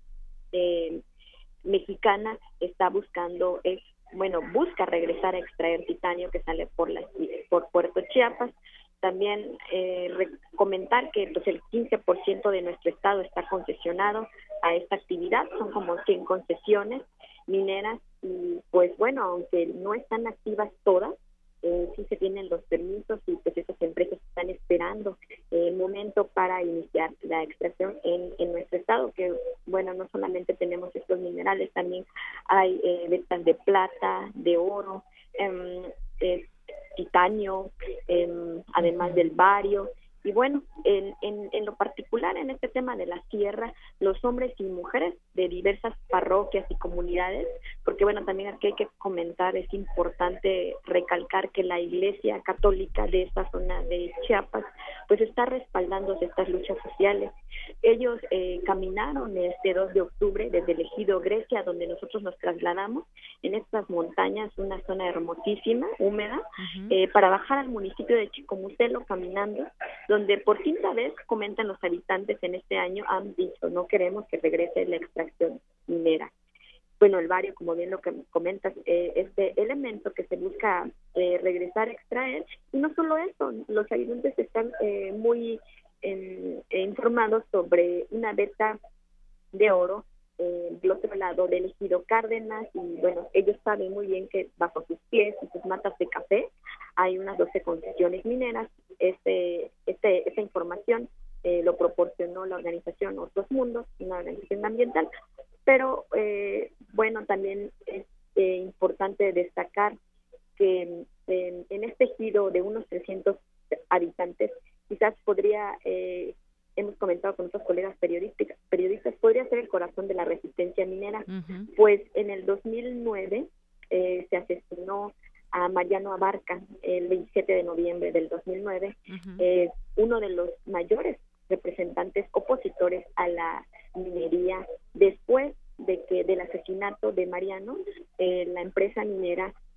mexicana está busca regresar a extraer titanio que sale por Puerto Chiapas. También comentar que pues el 15% de nuestro estado está concesionado a esta actividad, son como 100 concesiones mineras y pues bueno, aunque no están activas todas, sí se tienen los permisos y pues esas empresas están esperando el momento para iniciar la extracción en nuestro estado, que bueno, no solamente tenemos estos minerales, también hay vetas de plata, de oro, titanio, además del bario. Y bueno, en lo particular en este tema de la sierra, los hombres y mujeres de diversas parroquias y comunidades, porque bueno, también aquí hay que comentar, es importante recalcar que la Iglesia Católica de esta zona de Chiapas pues está respaldando estas luchas sociales. Ellos caminaron este 2 de octubre desde el Ejido Grecia, donde nosotros nos trasladamos en estas montañas, una zona hermosísima, húmeda, para bajar al municipio de Chicomucelo caminando, donde por quinta vez, comentan los habitantes en este año, han dicho, no queremos que regrese la extracción minera. Bueno, el bario, como bien lo que comentas, este elemento que se busca regresar a extraer, y no solo eso, los habitantes están muy informados sobre una veta de oro del otro lado del Ejido Cárdenas, y bueno, ellos saben muy bien que bajo sus pies y sus matas de café hay unas 12 concesiones mineras. Esta información lo proporcionó la organización Otros Mundos, una organización ambiental, pero bueno, también es importante destacar que en este ejido de unos 300 habitantes, quizás podría, hemos comentado con otros colegas periodistas, podría ser el corazón de la resistencia minera, pues en el 2009 se asesinó a Mariano Abarca el 27 de noviembre del 2009, uno de los mayores representantes opositores a la minería. Después del asesinato de Mariano, la empresa minera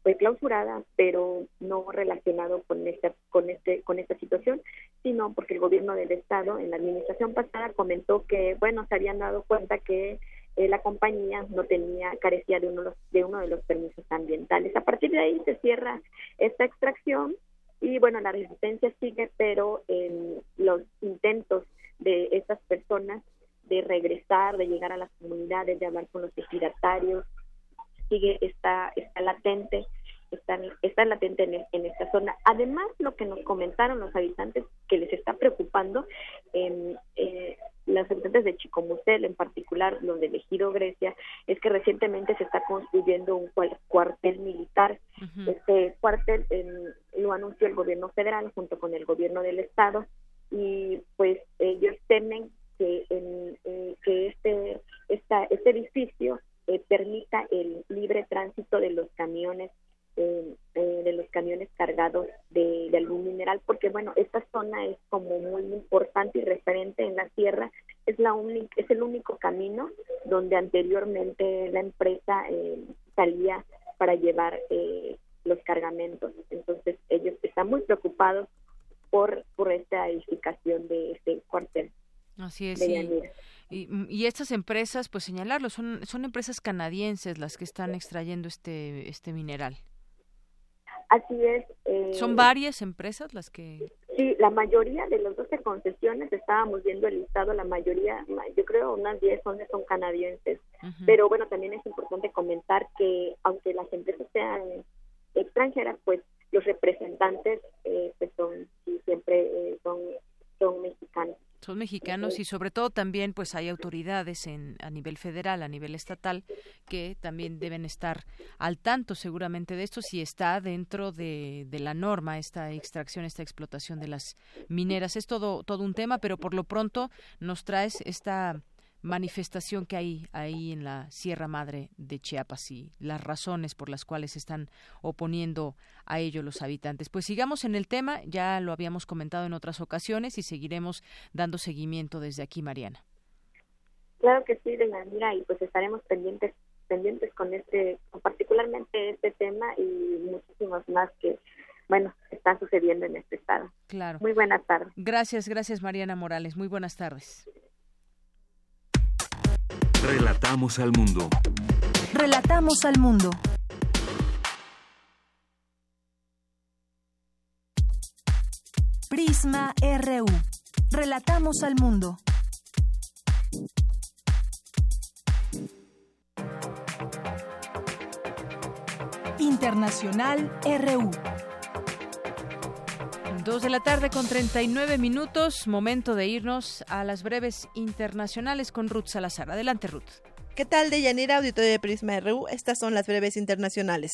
fue clausurada, pero no relacionado con esta situación, sino porque el gobierno del estado en la administración pasada comentó que, bueno, se habían dado cuenta que la compañía carecía de uno de los permisos ambientales. A partir de ahí se cierra esta extracción y, bueno, la resistencia sigue, pero los intentos de estas personas de regresar, de llegar a las comunidades, de hablar con los ejidatarios, está latente en esta zona. Además, lo que nos comentaron los habitantes que les está preocupando, los habitantes de Chicomucel, en particular los del ejido Grecia, es que recientemente se está construyendo un cuartel militar. Uh-huh. Este cuartel lo anunció el gobierno federal junto con el gobierno del estado, y pues ellos temen que este edificio permita el libre tránsito de los camiones cargados de algún mineral, porque, bueno, esta zona es como muy importante y referente en la sierra. Es el único camino donde anteriormente la empresa salía para llevar los cargamentos. Entonces ellos están muy preocupados por esta edificación de este cuartel. Así es. Y estas empresas, pues señalarlo, son empresas canadienses las que están extrayendo este mineral. Así es. ¿Son varias empresas las que...? Sí, la mayoría de las 12 concesiones, estábamos viendo el listado, la mayoría, yo creo unas 10 son canadienses. Uh-huh. Pero bueno, también es importante comentar que aunque las empresas sean extranjeras, pues los representantes pues siempre son mexicanos. Son mexicanos, y sobre todo también pues hay autoridades a nivel federal, a nivel estatal, que también deben estar al tanto seguramente de esto, si está dentro de la norma esta extracción, esta explotación de las mineras. Es todo un tema, pero por lo pronto nos traes esta manifestación que hay ahí en la Sierra Madre de Chiapas y las razones por las cuales se están oponiendo a ello los habitantes. Pues sigamos en el tema, ya lo habíamos comentado en otras ocasiones y seguiremos dando seguimiento desde aquí, Mariana. Claro que sí, Deyanira, y pues estaremos pendientes con particularmente este tema y muchísimos más que, bueno, están sucediendo en este estado. Claro. Muy buenas tardes. Gracias, Mariana Morales. Muy buenas tardes. Relatamos al mundo. Relatamos al mundo. Prisma RU. Relatamos al mundo. Internacional RU. 2:39 p.m, momento de irnos a las breves internacionales con Ruth Salazar. Adelante, Ruth. ¿Qué tal, Deyanira, auditorio de Prisma RU? Estas son las breves internacionales.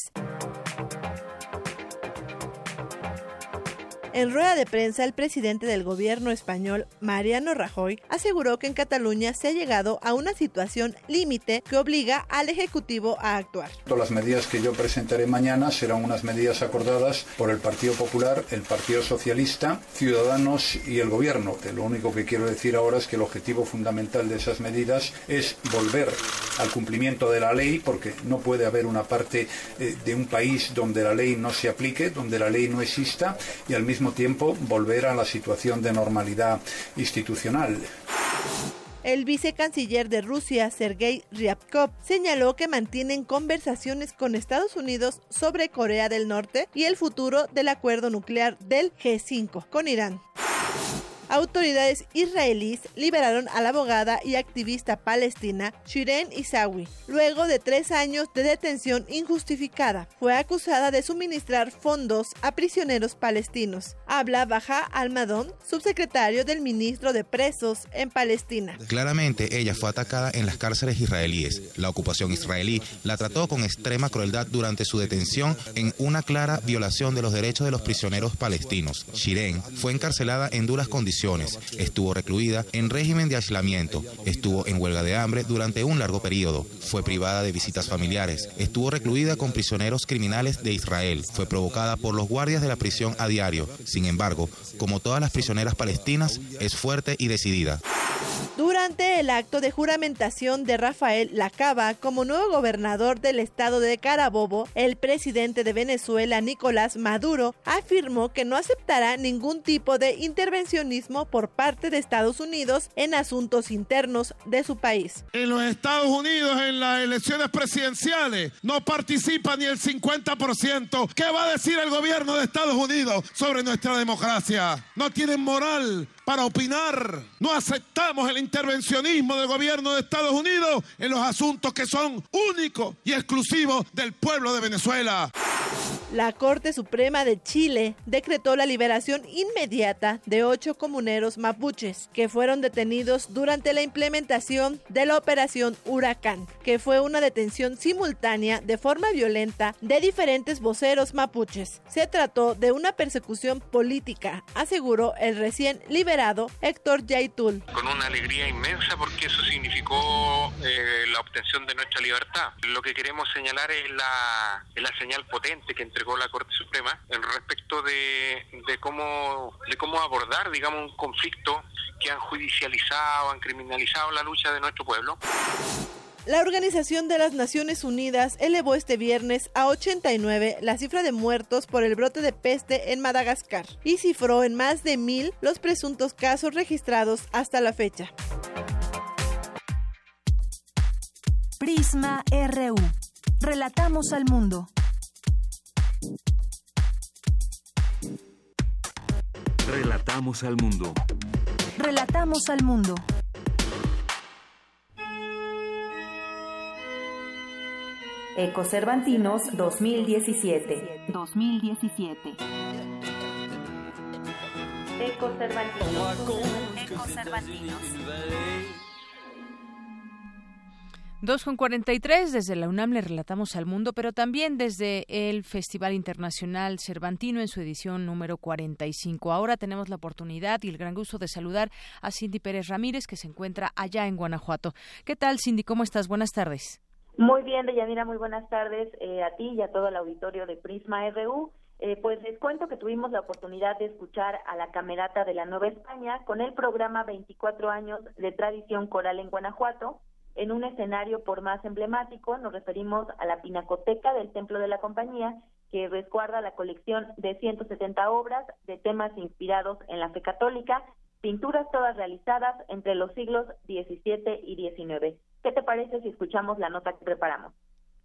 En rueda de prensa, el presidente del gobierno español, Mariano Rajoy, aseguró que en Cataluña se ha llegado a una situación límite que obliga al Ejecutivo a actuar. Las medidas que yo presentaré mañana serán unas medidas acordadas por el Partido Popular, el Partido Socialista, Ciudadanos y el Gobierno. Lo único que quiero decir ahora es que el objetivo fundamental de esas medidas es volver al cumplimiento de la ley, porque no puede haber una parte de un país donde la ley no se aplique, donde la ley no exista, y al mismo tiempo volver a la situación de normalidad institucional. El vicecanciller de Rusia, Sergei Ryabkov, señaló que mantienen conversaciones con Estados Unidos sobre Corea del Norte y el futuro del acuerdo nuclear del G5 con Irán. Autoridades israelíes liberaron a la abogada y activista palestina Shireen Isawi, luego de 3 años de detención injustificada. Fue acusada de suministrar fondos a prisioneros palestinos. Habla Baja Almadón, subsecretario del ministro de Presos en Palestina. Claramente ella fue atacada en las cárceles israelíes. La ocupación israelí la trató con extrema crueldad durante su detención, en una clara violación de los derechos de los prisioneros palestinos. Shireen fue encarcelada en duras condiciones. Estuvo recluida en régimen de aislamiento, estuvo en huelga de hambre durante un largo periodo, fue privada de visitas familiares, estuvo recluida con prisioneros criminales de Israel, fue provocada por los guardias de la prisión a diario. Sin embargo, como todas las prisioneras palestinas, es fuerte y decidida. Dura Durante el acto de juramentación de Rafael Lacaba como nuevo gobernador del estado de Carabobo, el presidente de Venezuela, Nicolás Maduro, afirmó que no aceptará ningún tipo de intervencionismo por parte de Estados Unidos en asuntos internos de su país. En los Estados Unidos, en las elecciones presidenciales, no participa ni el 50%. ¿Qué va a decir el gobierno de Estados Unidos sobre nuestra democracia? No tienen moral para opinar. No aceptamos el intervencionismo del gobierno de Estados Unidos en los asuntos que son únicos y exclusivos del pueblo de Venezuela. La Corte Suprema de Chile decretó la liberación inmediata de 8 comuneros mapuches que fueron detenidos durante la implementación de la Operación Huracán, que fue una detención simultánea de forma violenta de diferentes voceros mapuches. Se trató de una persecución política, aseguró el recién liberado Héctor Yaitul. Con una alegría inmensa porque eso significó la obtención de nuestra libertad. Lo que queremos señalar es la señal potente que entregó la Corte Suprema en respecto de cómo abordar, digamos, un conflicto que han judicializado, han criminalizado la lucha de nuestro pueblo. La Organización de las Naciones Unidas elevó este viernes a 89 la cifra de muertos por el brote de peste en Madagascar y cifró en más de 1,000 los presuntos casos registrados hasta la fecha. Prisma RU. Relatamos al mundo. Relatamos al mundo. Relatamos al mundo. Ecocervantinos 2017. Ecocervantinos. 2:43 desde la UNAM le relatamos al mundo, pero también desde el Festival Internacional Cervantino en su edición número 45. Ahora tenemos la oportunidad y el gran gusto de saludar a Cindy Pérez Ramírez, que se encuentra allá en Guanajuato. ¿Qué tal, Cindy? ¿Cómo estás? Buenas tardes. Muy bien, Deyanira, muy buenas tardes a ti y a todo el auditorio de Prisma RU. Pues les cuento que tuvimos la oportunidad de escuchar a la Camerata de la Nueva España con el programa 24 años de tradición coral en Guanajuato. En un escenario por más emblemático, nos referimos a la Pinacoteca del Templo de la Compañía, que resguarda la colección de 170 obras de temas inspirados en la fe católica, pinturas todas realizadas entre los siglos XVII y XIX. ¿Qué te parece si escuchamos la nota que preparamos?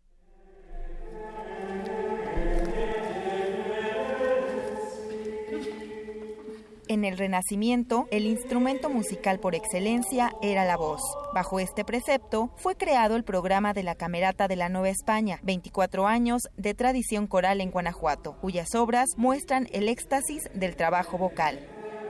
En el Renacimiento, el instrumento musical por excelencia era la voz. Bajo este precepto, fue creado el programa de la Camerata de la Nueva España, 24 años de tradición coral en Guanajuato, cuyas obras muestran el éxtasis del trabajo vocal.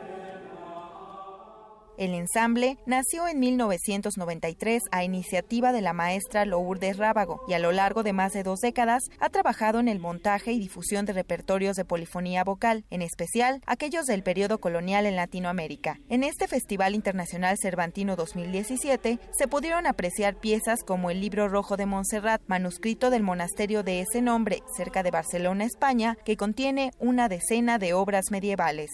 El ensamble nació en 1993 a iniciativa de la maestra Lourdes Rábago y a lo largo de más de 2 décadas ha trabajado en el montaje y difusión de repertorios de polifonía vocal, en especial aquellos del periodo colonial en Latinoamérica. En este Festival Internacional Cervantino 2017 se pudieron apreciar piezas como el Libro Rojo de Montserrat, manuscrito del monasterio de ese nombre, cerca de Barcelona, España, que contiene una decena de obras medievales.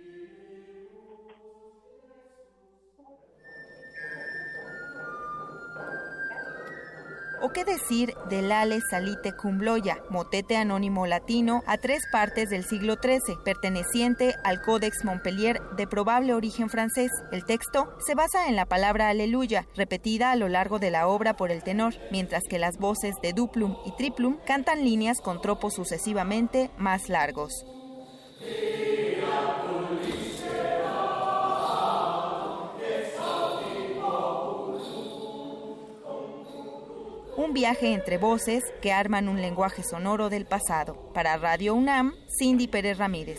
¿O qué decir del Ale Salite Cumbloya, motete anónimo latino a 3 partes del siglo XIII, perteneciente al Codex Montpellier de probable origen francés? El texto se basa en la palabra aleluya, repetida a lo largo de la obra por el tenor, mientras que las voces de duplum y triplum cantan líneas con tropos sucesivamente más largos. Un viaje entre voces que arman un lenguaje sonoro del pasado. Para Radio UNAM, Cindy Pérez Ramírez.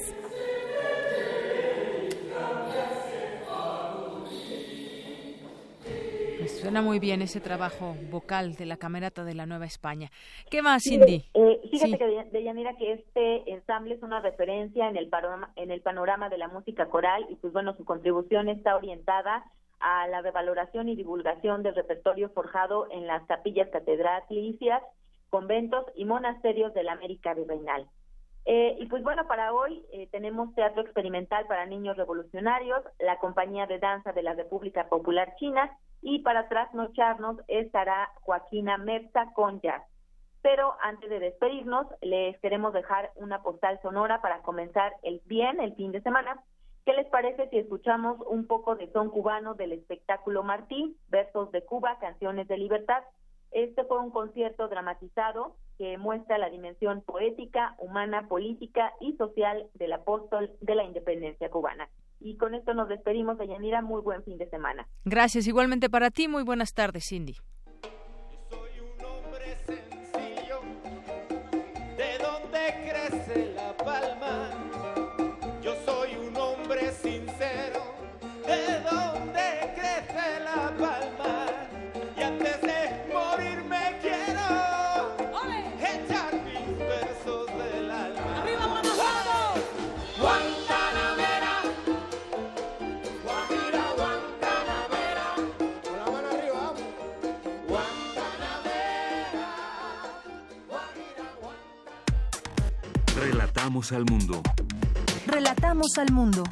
Pues suena muy bien ese trabajo vocal de la Camerata de la Nueva España. ¿Qué más, Cindy? Fíjate que, Deyanira, que este ensamble es una referencia en el panorama de la música coral y pues bueno, su contribución está orientada a la revaloración y divulgación del repertorio forjado en las capillas catedralicias, conventos y monasterios de la América virreinal. Y pues bueno, para hoy tenemos teatro experimental para niños revolucionarios, la compañía de danza de la República Popular China, y para trasnocharnos estará Joaquina Mepsa con jazz. Pero antes de despedirnos, les queremos dejar una postal sonora para comenzar el fin de semana. ¿Qué les parece si escuchamos un poco de son cubano del espectáculo Martí, versos de Cuba, canciones de libertad? Este fue un concierto dramatizado que muestra la dimensión poética, humana, política y social del apóstol de la independencia cubana. Y con esto nos despedimos, Deyanira. Muy buen fin de semana. Gracias, igualmente para ti. Muy buenas tardes, Cindy. Soy un hombre sencillo, de donde crece la palma. Yo soy un hombre sincero, de donde crece la palma. Y antes de morirme quiero echar mis versos del alma. ¡Arriba, Guanajuato! Guantanamera, Guajira, Guantanamera. Con la mano arriba, vamos. Guantanamera, Guajira, Guantanamera. Relatamos al mundo. Relatamos al mundo.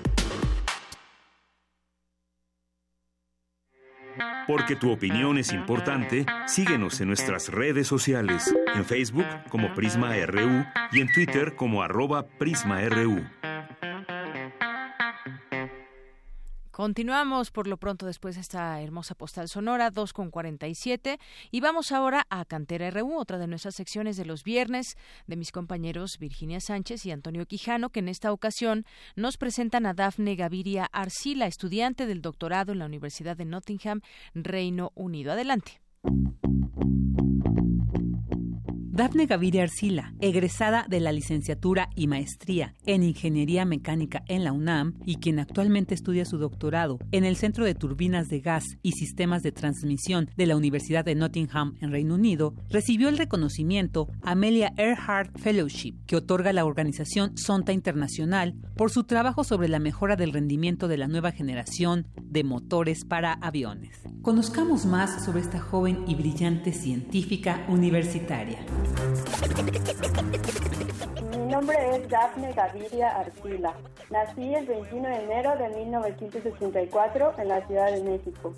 Porque tu opinión es importante, síguenos en nuestras redes sociales, en Facebook como Prisma RU y en Twitter como @PrismaRU. Continuamos por lo pronto después de esta hermosa postal sonora, 2:47, y vamos ahora a Cantera RU, otra de nuestras secciones de los viernes, de mis compañeros Virginia Sánchez y Antonio Quijano, que en esta ocasión nos presentan a Dafne Gaviria Arcila, estudiante del doctorado en la Universidad de Nottingham, Reino Unido. Adelante. Dafne Gaviria Arcila, egresada de la licenciatura y maestría en Ingeniería Mecánica en la UNAM y quien actualmente estudia su doctorado en el Centro de Turbinas de Gas y Sistemas de Transmisión de la Universidad de Nottingham en Reino Unido, recibió el reconocimiento Amelia Earhart Fellowship, que otorga la organización Sonta Internacional por su trabajo sobre la mejora del rendimiento de la nueva generación de motores para aviones. Conozcamos más sobre esta joven y brillante científica universitaria. Mi nombre es Dafne Gaviria Arcila. Nací el 21 de enero de 1984 en la Ciudad de México.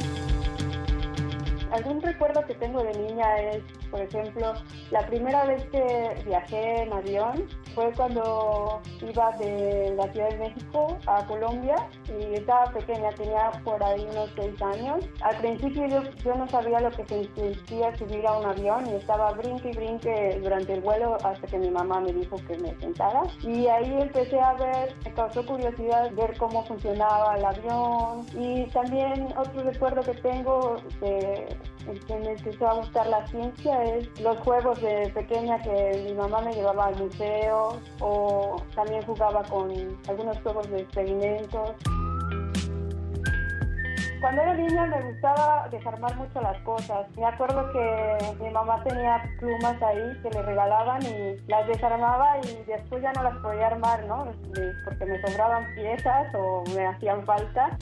Algún recuerdo que tengo de niña es, por ejemplo, la primera vez que viajé en avión fue cuando iba de la Ciudad de México a Colombia y estaba pequeña, tenía por ahí unos 6 años. Al principio yo no sabía lo que sentía subir a un avión y estaba brinque y brinque durante el vuelo hasta que mi mamá me dijo que me sentara. Y ahí empecé a ver, me causó curiosidad ver cómo funcionaba el avión. Y también otro recuerdo que tengo que me empezó a gustar la ciencia es los juegos de pequeña que mi mamá me llevaba al museo, o también jugaba con algunos juegos de experimentos. Cuando era niña me gustaba desarmar mucho las cosas. Me acuerdo que mi mamá tenía plumas ahí que le regalaban y las desarmaba y después ya no las podía armar, ¿no? Porque me sobraban piezas o me hacían falta.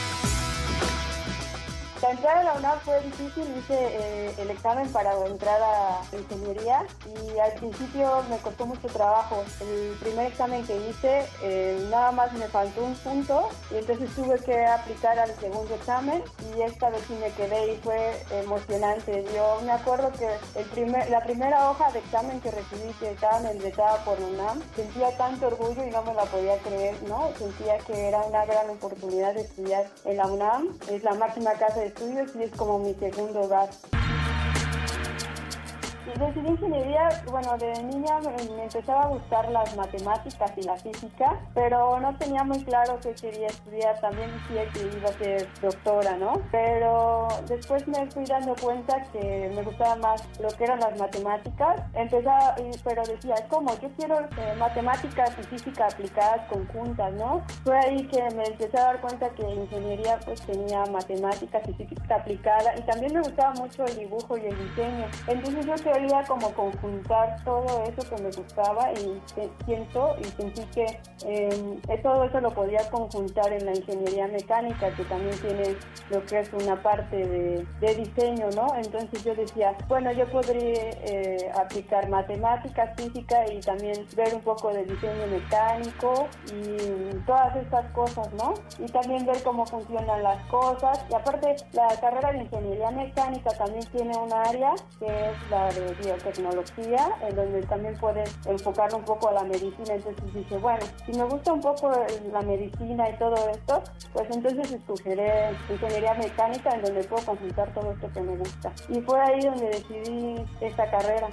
La entrada a la UNAM fue difícil, hice el examen para entrar a ingeniería y al principio me costó mucho trabajo. El primer examen que hice nada más me faltó un punto y entonces tuve que aplicar al segundo examen y esta vez sí me quedé y fue emocionante. Yo me acuerdo que la primera hoja de examen que recibí, que estaba membretada por UNAM, sentía tanto orgullo y no me la podía creer, ¿no? Sentía que era una gran oportunidad de estudiar en la UNAM. Es la máxima casa de estudios y es como mi segundo hogar. Y decidí ingeniería, bueno, de niña me empezaba a gustar las matemáticas y la física, pero no tenía muy claro qué quería estudiar. También decía que iba a ser doctora, ¿no? Pero después me fui dando cuenta que me gustaba más lo que eran las matemáticas. Pero decía, ¿cómo? Yo quiero matemáticas y física aplicadas conjuntas, ¿no? Fue ahí que me empecé a dar cuenta que ingeniería pues tenía matemáticas y física aplicada y también me gustaba mucho el dibujo y el diseño. Entonces yo quería como conjuntar todo eso que me gustaba y sentí que todo eso lo podía conjuntar en la ingeniería mecánica, que también tiene lo que es una parte de diseño, ¿no? Entonces yo decía, bueno, yo podría aplicar matemáticas, física y también ver un poco de diseño mecánico y todas estas cosas, ¿no? Y también ver cómo funcionan las cosas. Y aparte, la carrera de ingeniería mecánica también tiene un área que es la de biotecnología, en donde también puedes enfocar un poco a la medicina. Entonces dije, bueno, si me gusta un poco la medicina y todo esto, pues entonces escogeré ingeniería mecánica, en donde puedo conjuntar todo esto que me gusta. Y fue ahí donde decidí esta carrera.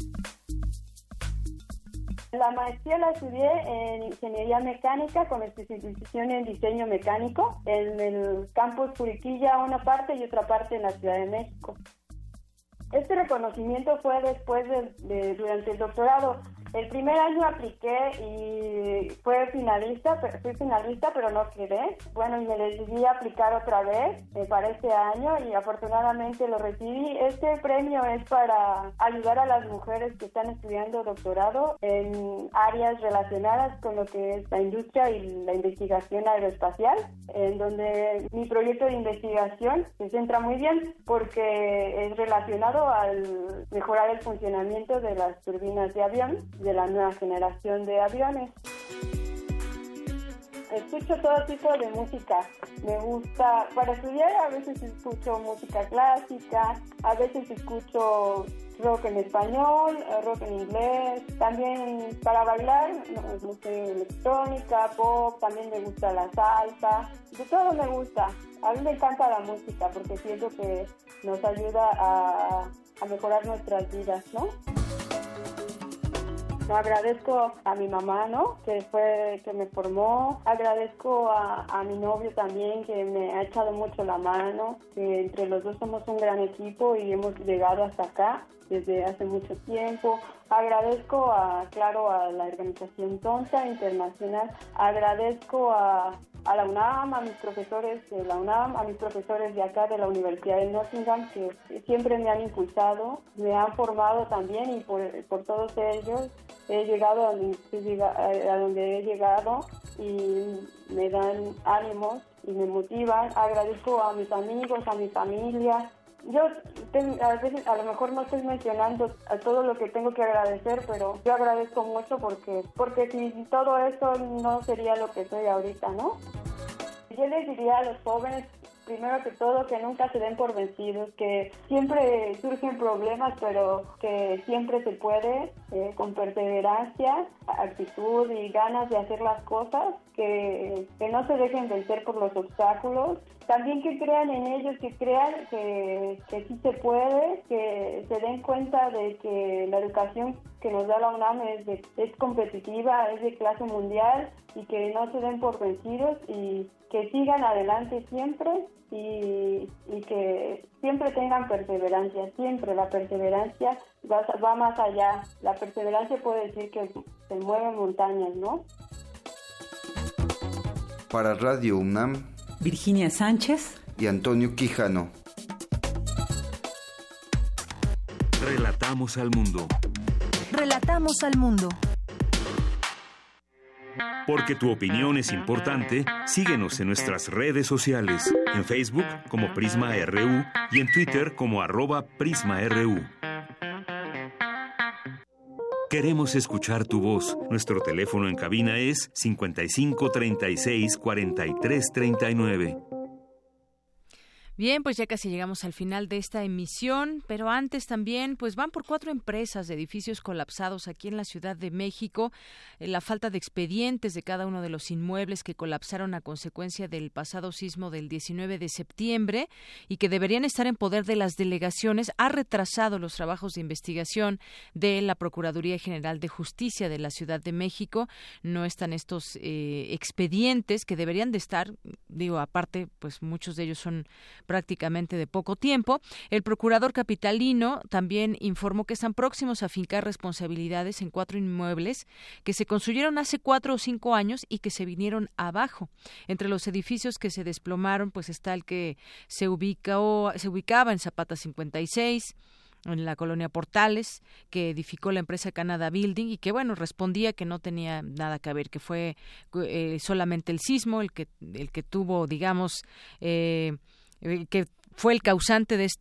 La maestría la estudié en ingeniería mecánica con especialización en diseño mecánico en el campus Juriquilla, una parte, y otra parte en la Ciudad de México. Este reconocimiento fue después durante el doctorado. El primer año apliqué y fui finalista, pero no quedé. Bueno, y me decidí a aplicar otra vez para este año y afortunadamente lo recibí. Este premio es para ayudar a las mujeres que están estudiando doctorado en áreas relacionadas con lo que es la industria y la investigación aeroespacial, en donde mi proyecto de investigación se centra muy bien porque es relacionado al mejorar el funcionamiento de las turbinas de avión, de la nueva generación de aviones. Escucho todo tipo de música. Me gusta, para estudiar a veces escucho música clásica, a veces escucho rock en español, rock en inglés. También para bailar, música electrónica, pop, también me gusta la salsa. De todo me gusta. A mí me encanta la música porque siento que nos ayuda a mejorar nuestras vidas, ¿no? Agradezco a mi mamá, ¿no? Que me formó. Agradezco a mi novio también, que me ha echado mucho la mano. Que entre los dos somos un gran equipo y hemos llegado hasta acá desde hace mucho tiempo. Agradezco a la organización TONSA Internacional. Agradezco a la UNAM, a mis profesores de la UNAM, a mis profesores de acá de la Universidad de Nottingham, que siempre me han impulsado, me han formado también, y por todos ellos he llegado a donde he llegado y me dan ánimos y me motivan. Agradezco a mis amigos, a mi familia. Yo a veces a lo mejor no estoy mencionando a todo lo que tengo que agradecer, pero yo agradezco mucho porque sin todo eso no sería lo que soy ahorita, ¿no? Yo les diría a los jóvenes, primero que todo, que nunca se den por vencidos, que siempre surgen problemas, pero que siempre se puede, con perseverancia, actitud y ganas de hacer las cosas, que no se dejen vencer por los obstáculos. También que crean en ellos, que crean que sí se puede, que se den cuenta de que la educación que nos da la UNAM es competitiva, es de clase mundial, y que no se den por vencidos y que sigan adelante siempre y que siempre tengan perseverancia. Siempre la perseverancia va más allá. La perseverancia puede decir que se mueven montañas, ¿no? Para Radio UNAM, Virginia Sánchez y Antonio Quijano. Relatamos al mundo. Relatamos al mundo. Porque tu opinión es importante, síguenos en nuestras redes sociales, en Facebook como Prisma RU y en Twitter como @PrismaRU. Queremos escuchar tu voz. Nuestro teléfono en cabina es 55 36 43 39. Bien, pues ya casi llegamos al final de esta emisión, pero antes también, pues van por 4 empresas de edificios colapsados aquí en la Ciudad de México. La falta de expedientes de cada uno de los inmuebles que colapsaron a consecuencia del pasado sismo del 19 de septiembre y que deberían estar en poder de las delegaciones ha retrasado los trabajos de investigación de la Procuraduría General de Justicia de la Ciudad de México. No están estos expedientes que deberían de estar, aparte, pues muchos de ellos son prácticamente de poco tiempo. El procurador capitalino también informó que están próximos a fincar responsabilidades en 4 inmuebles que se construyeron hace 4 o 5 años y que se vinieron abajo. Entre los edificios que se desplomaron, pues está el que se ubicaba en Zapata 56, en la colonia Portales, que edificó la empresa Canada Building y que, bueno, respondía que no tenía nada que ver, que fue solamente el sismo el que tuvo, digamos, que fue el causante de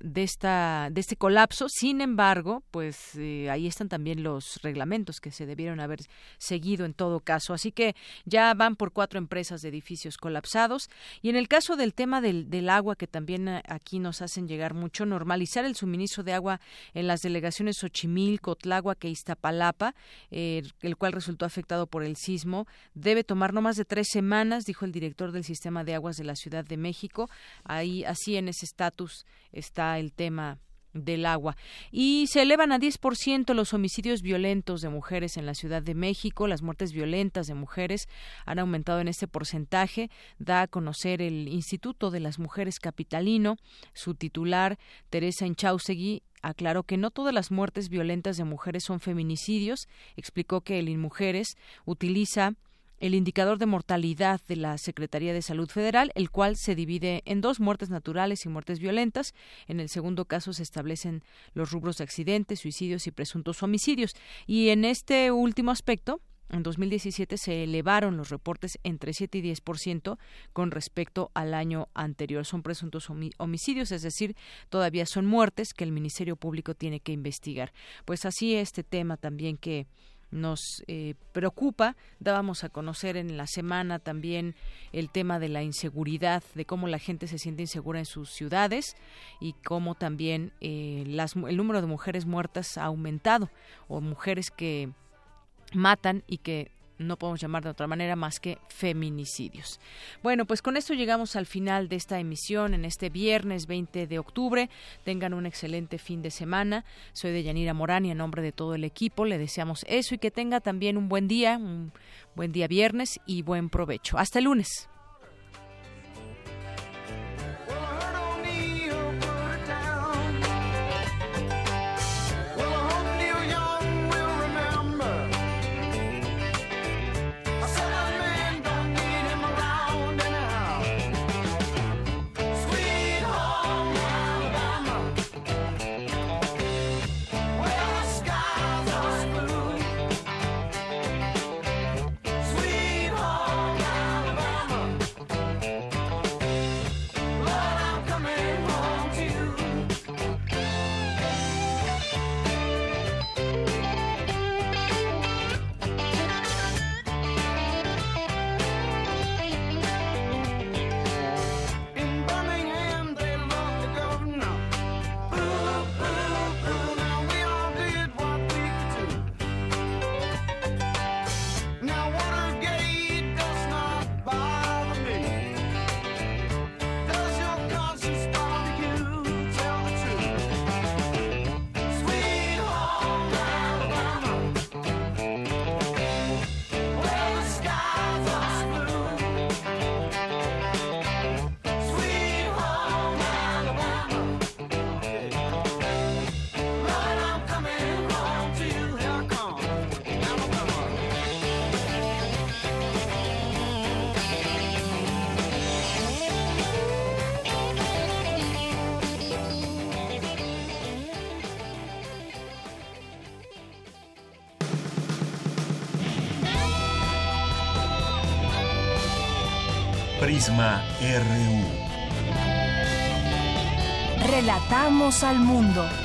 este colapso. Sin embargo, pues ahí están también los reglamentos que se debieron haber seguido en todo caso. Así que ya van por 4 empresas de edificios colapsados. Y en el caso del tema del agua, que también aquí nos hacen llegar mucho, normalizar el suministro de agua en las delegaciones Xochimilco, Tláhuac e Iztapalapa, el cual resultó afectado por el sismo, debe tomar no más de 3 semanas, dijo el director del Sistema de Aguas de la Ciudad de México. Ahí, así en ese estatus está el tema del agua. Y se elevan a 10% los homicidios violentos de mujeres en la Ciudad de México. Las muertes violentas de mujeres han aumentado en este porcentaje, da a conocer el Instituto de las Mujeres Capitalino. Su titular, Teresa Inchaustegui, aclaró que no todas las muertes violentas de mujeres son feminicidios. Explicó que el INMujeres utiliza el indicador de mortalidad de la Secretaría de Salud Federal, el cual se divide en 2, muertes naturales y muertes violentas. En el segundo caso se establecen los rubros de accidentes, suicidios y presuntos homicidios. Y en este último aspecto, en 2017 se elevaron los reportes entre 7 y 10% con respecto al año anterior. Son presuntos homicidios, es decir, todavía son muertes que el Ministerio Público tiene que investigar. Pues así este tema también que nos preocupa. Dábamos a conocer en la semana también el tema de la inseguridad, de cómo la gente se siente insegura en sus ciudades y cómo también el número de mujeres muertas ha aumentado, o mujeres que matan y que no podemos llamar de otra manera más que feminicidios. Bueno, pues con esto llegamos al final de esta emisión en este viernes 20 de octubre. Tengan un excelente fin de semana. Soy Deyanira Morán y en nombre de todo el equipo le deseamos eso y que tenga también un buen día viernes y buen provecho. Hasta el lunes. Prisma RU. Relatamos al mundo.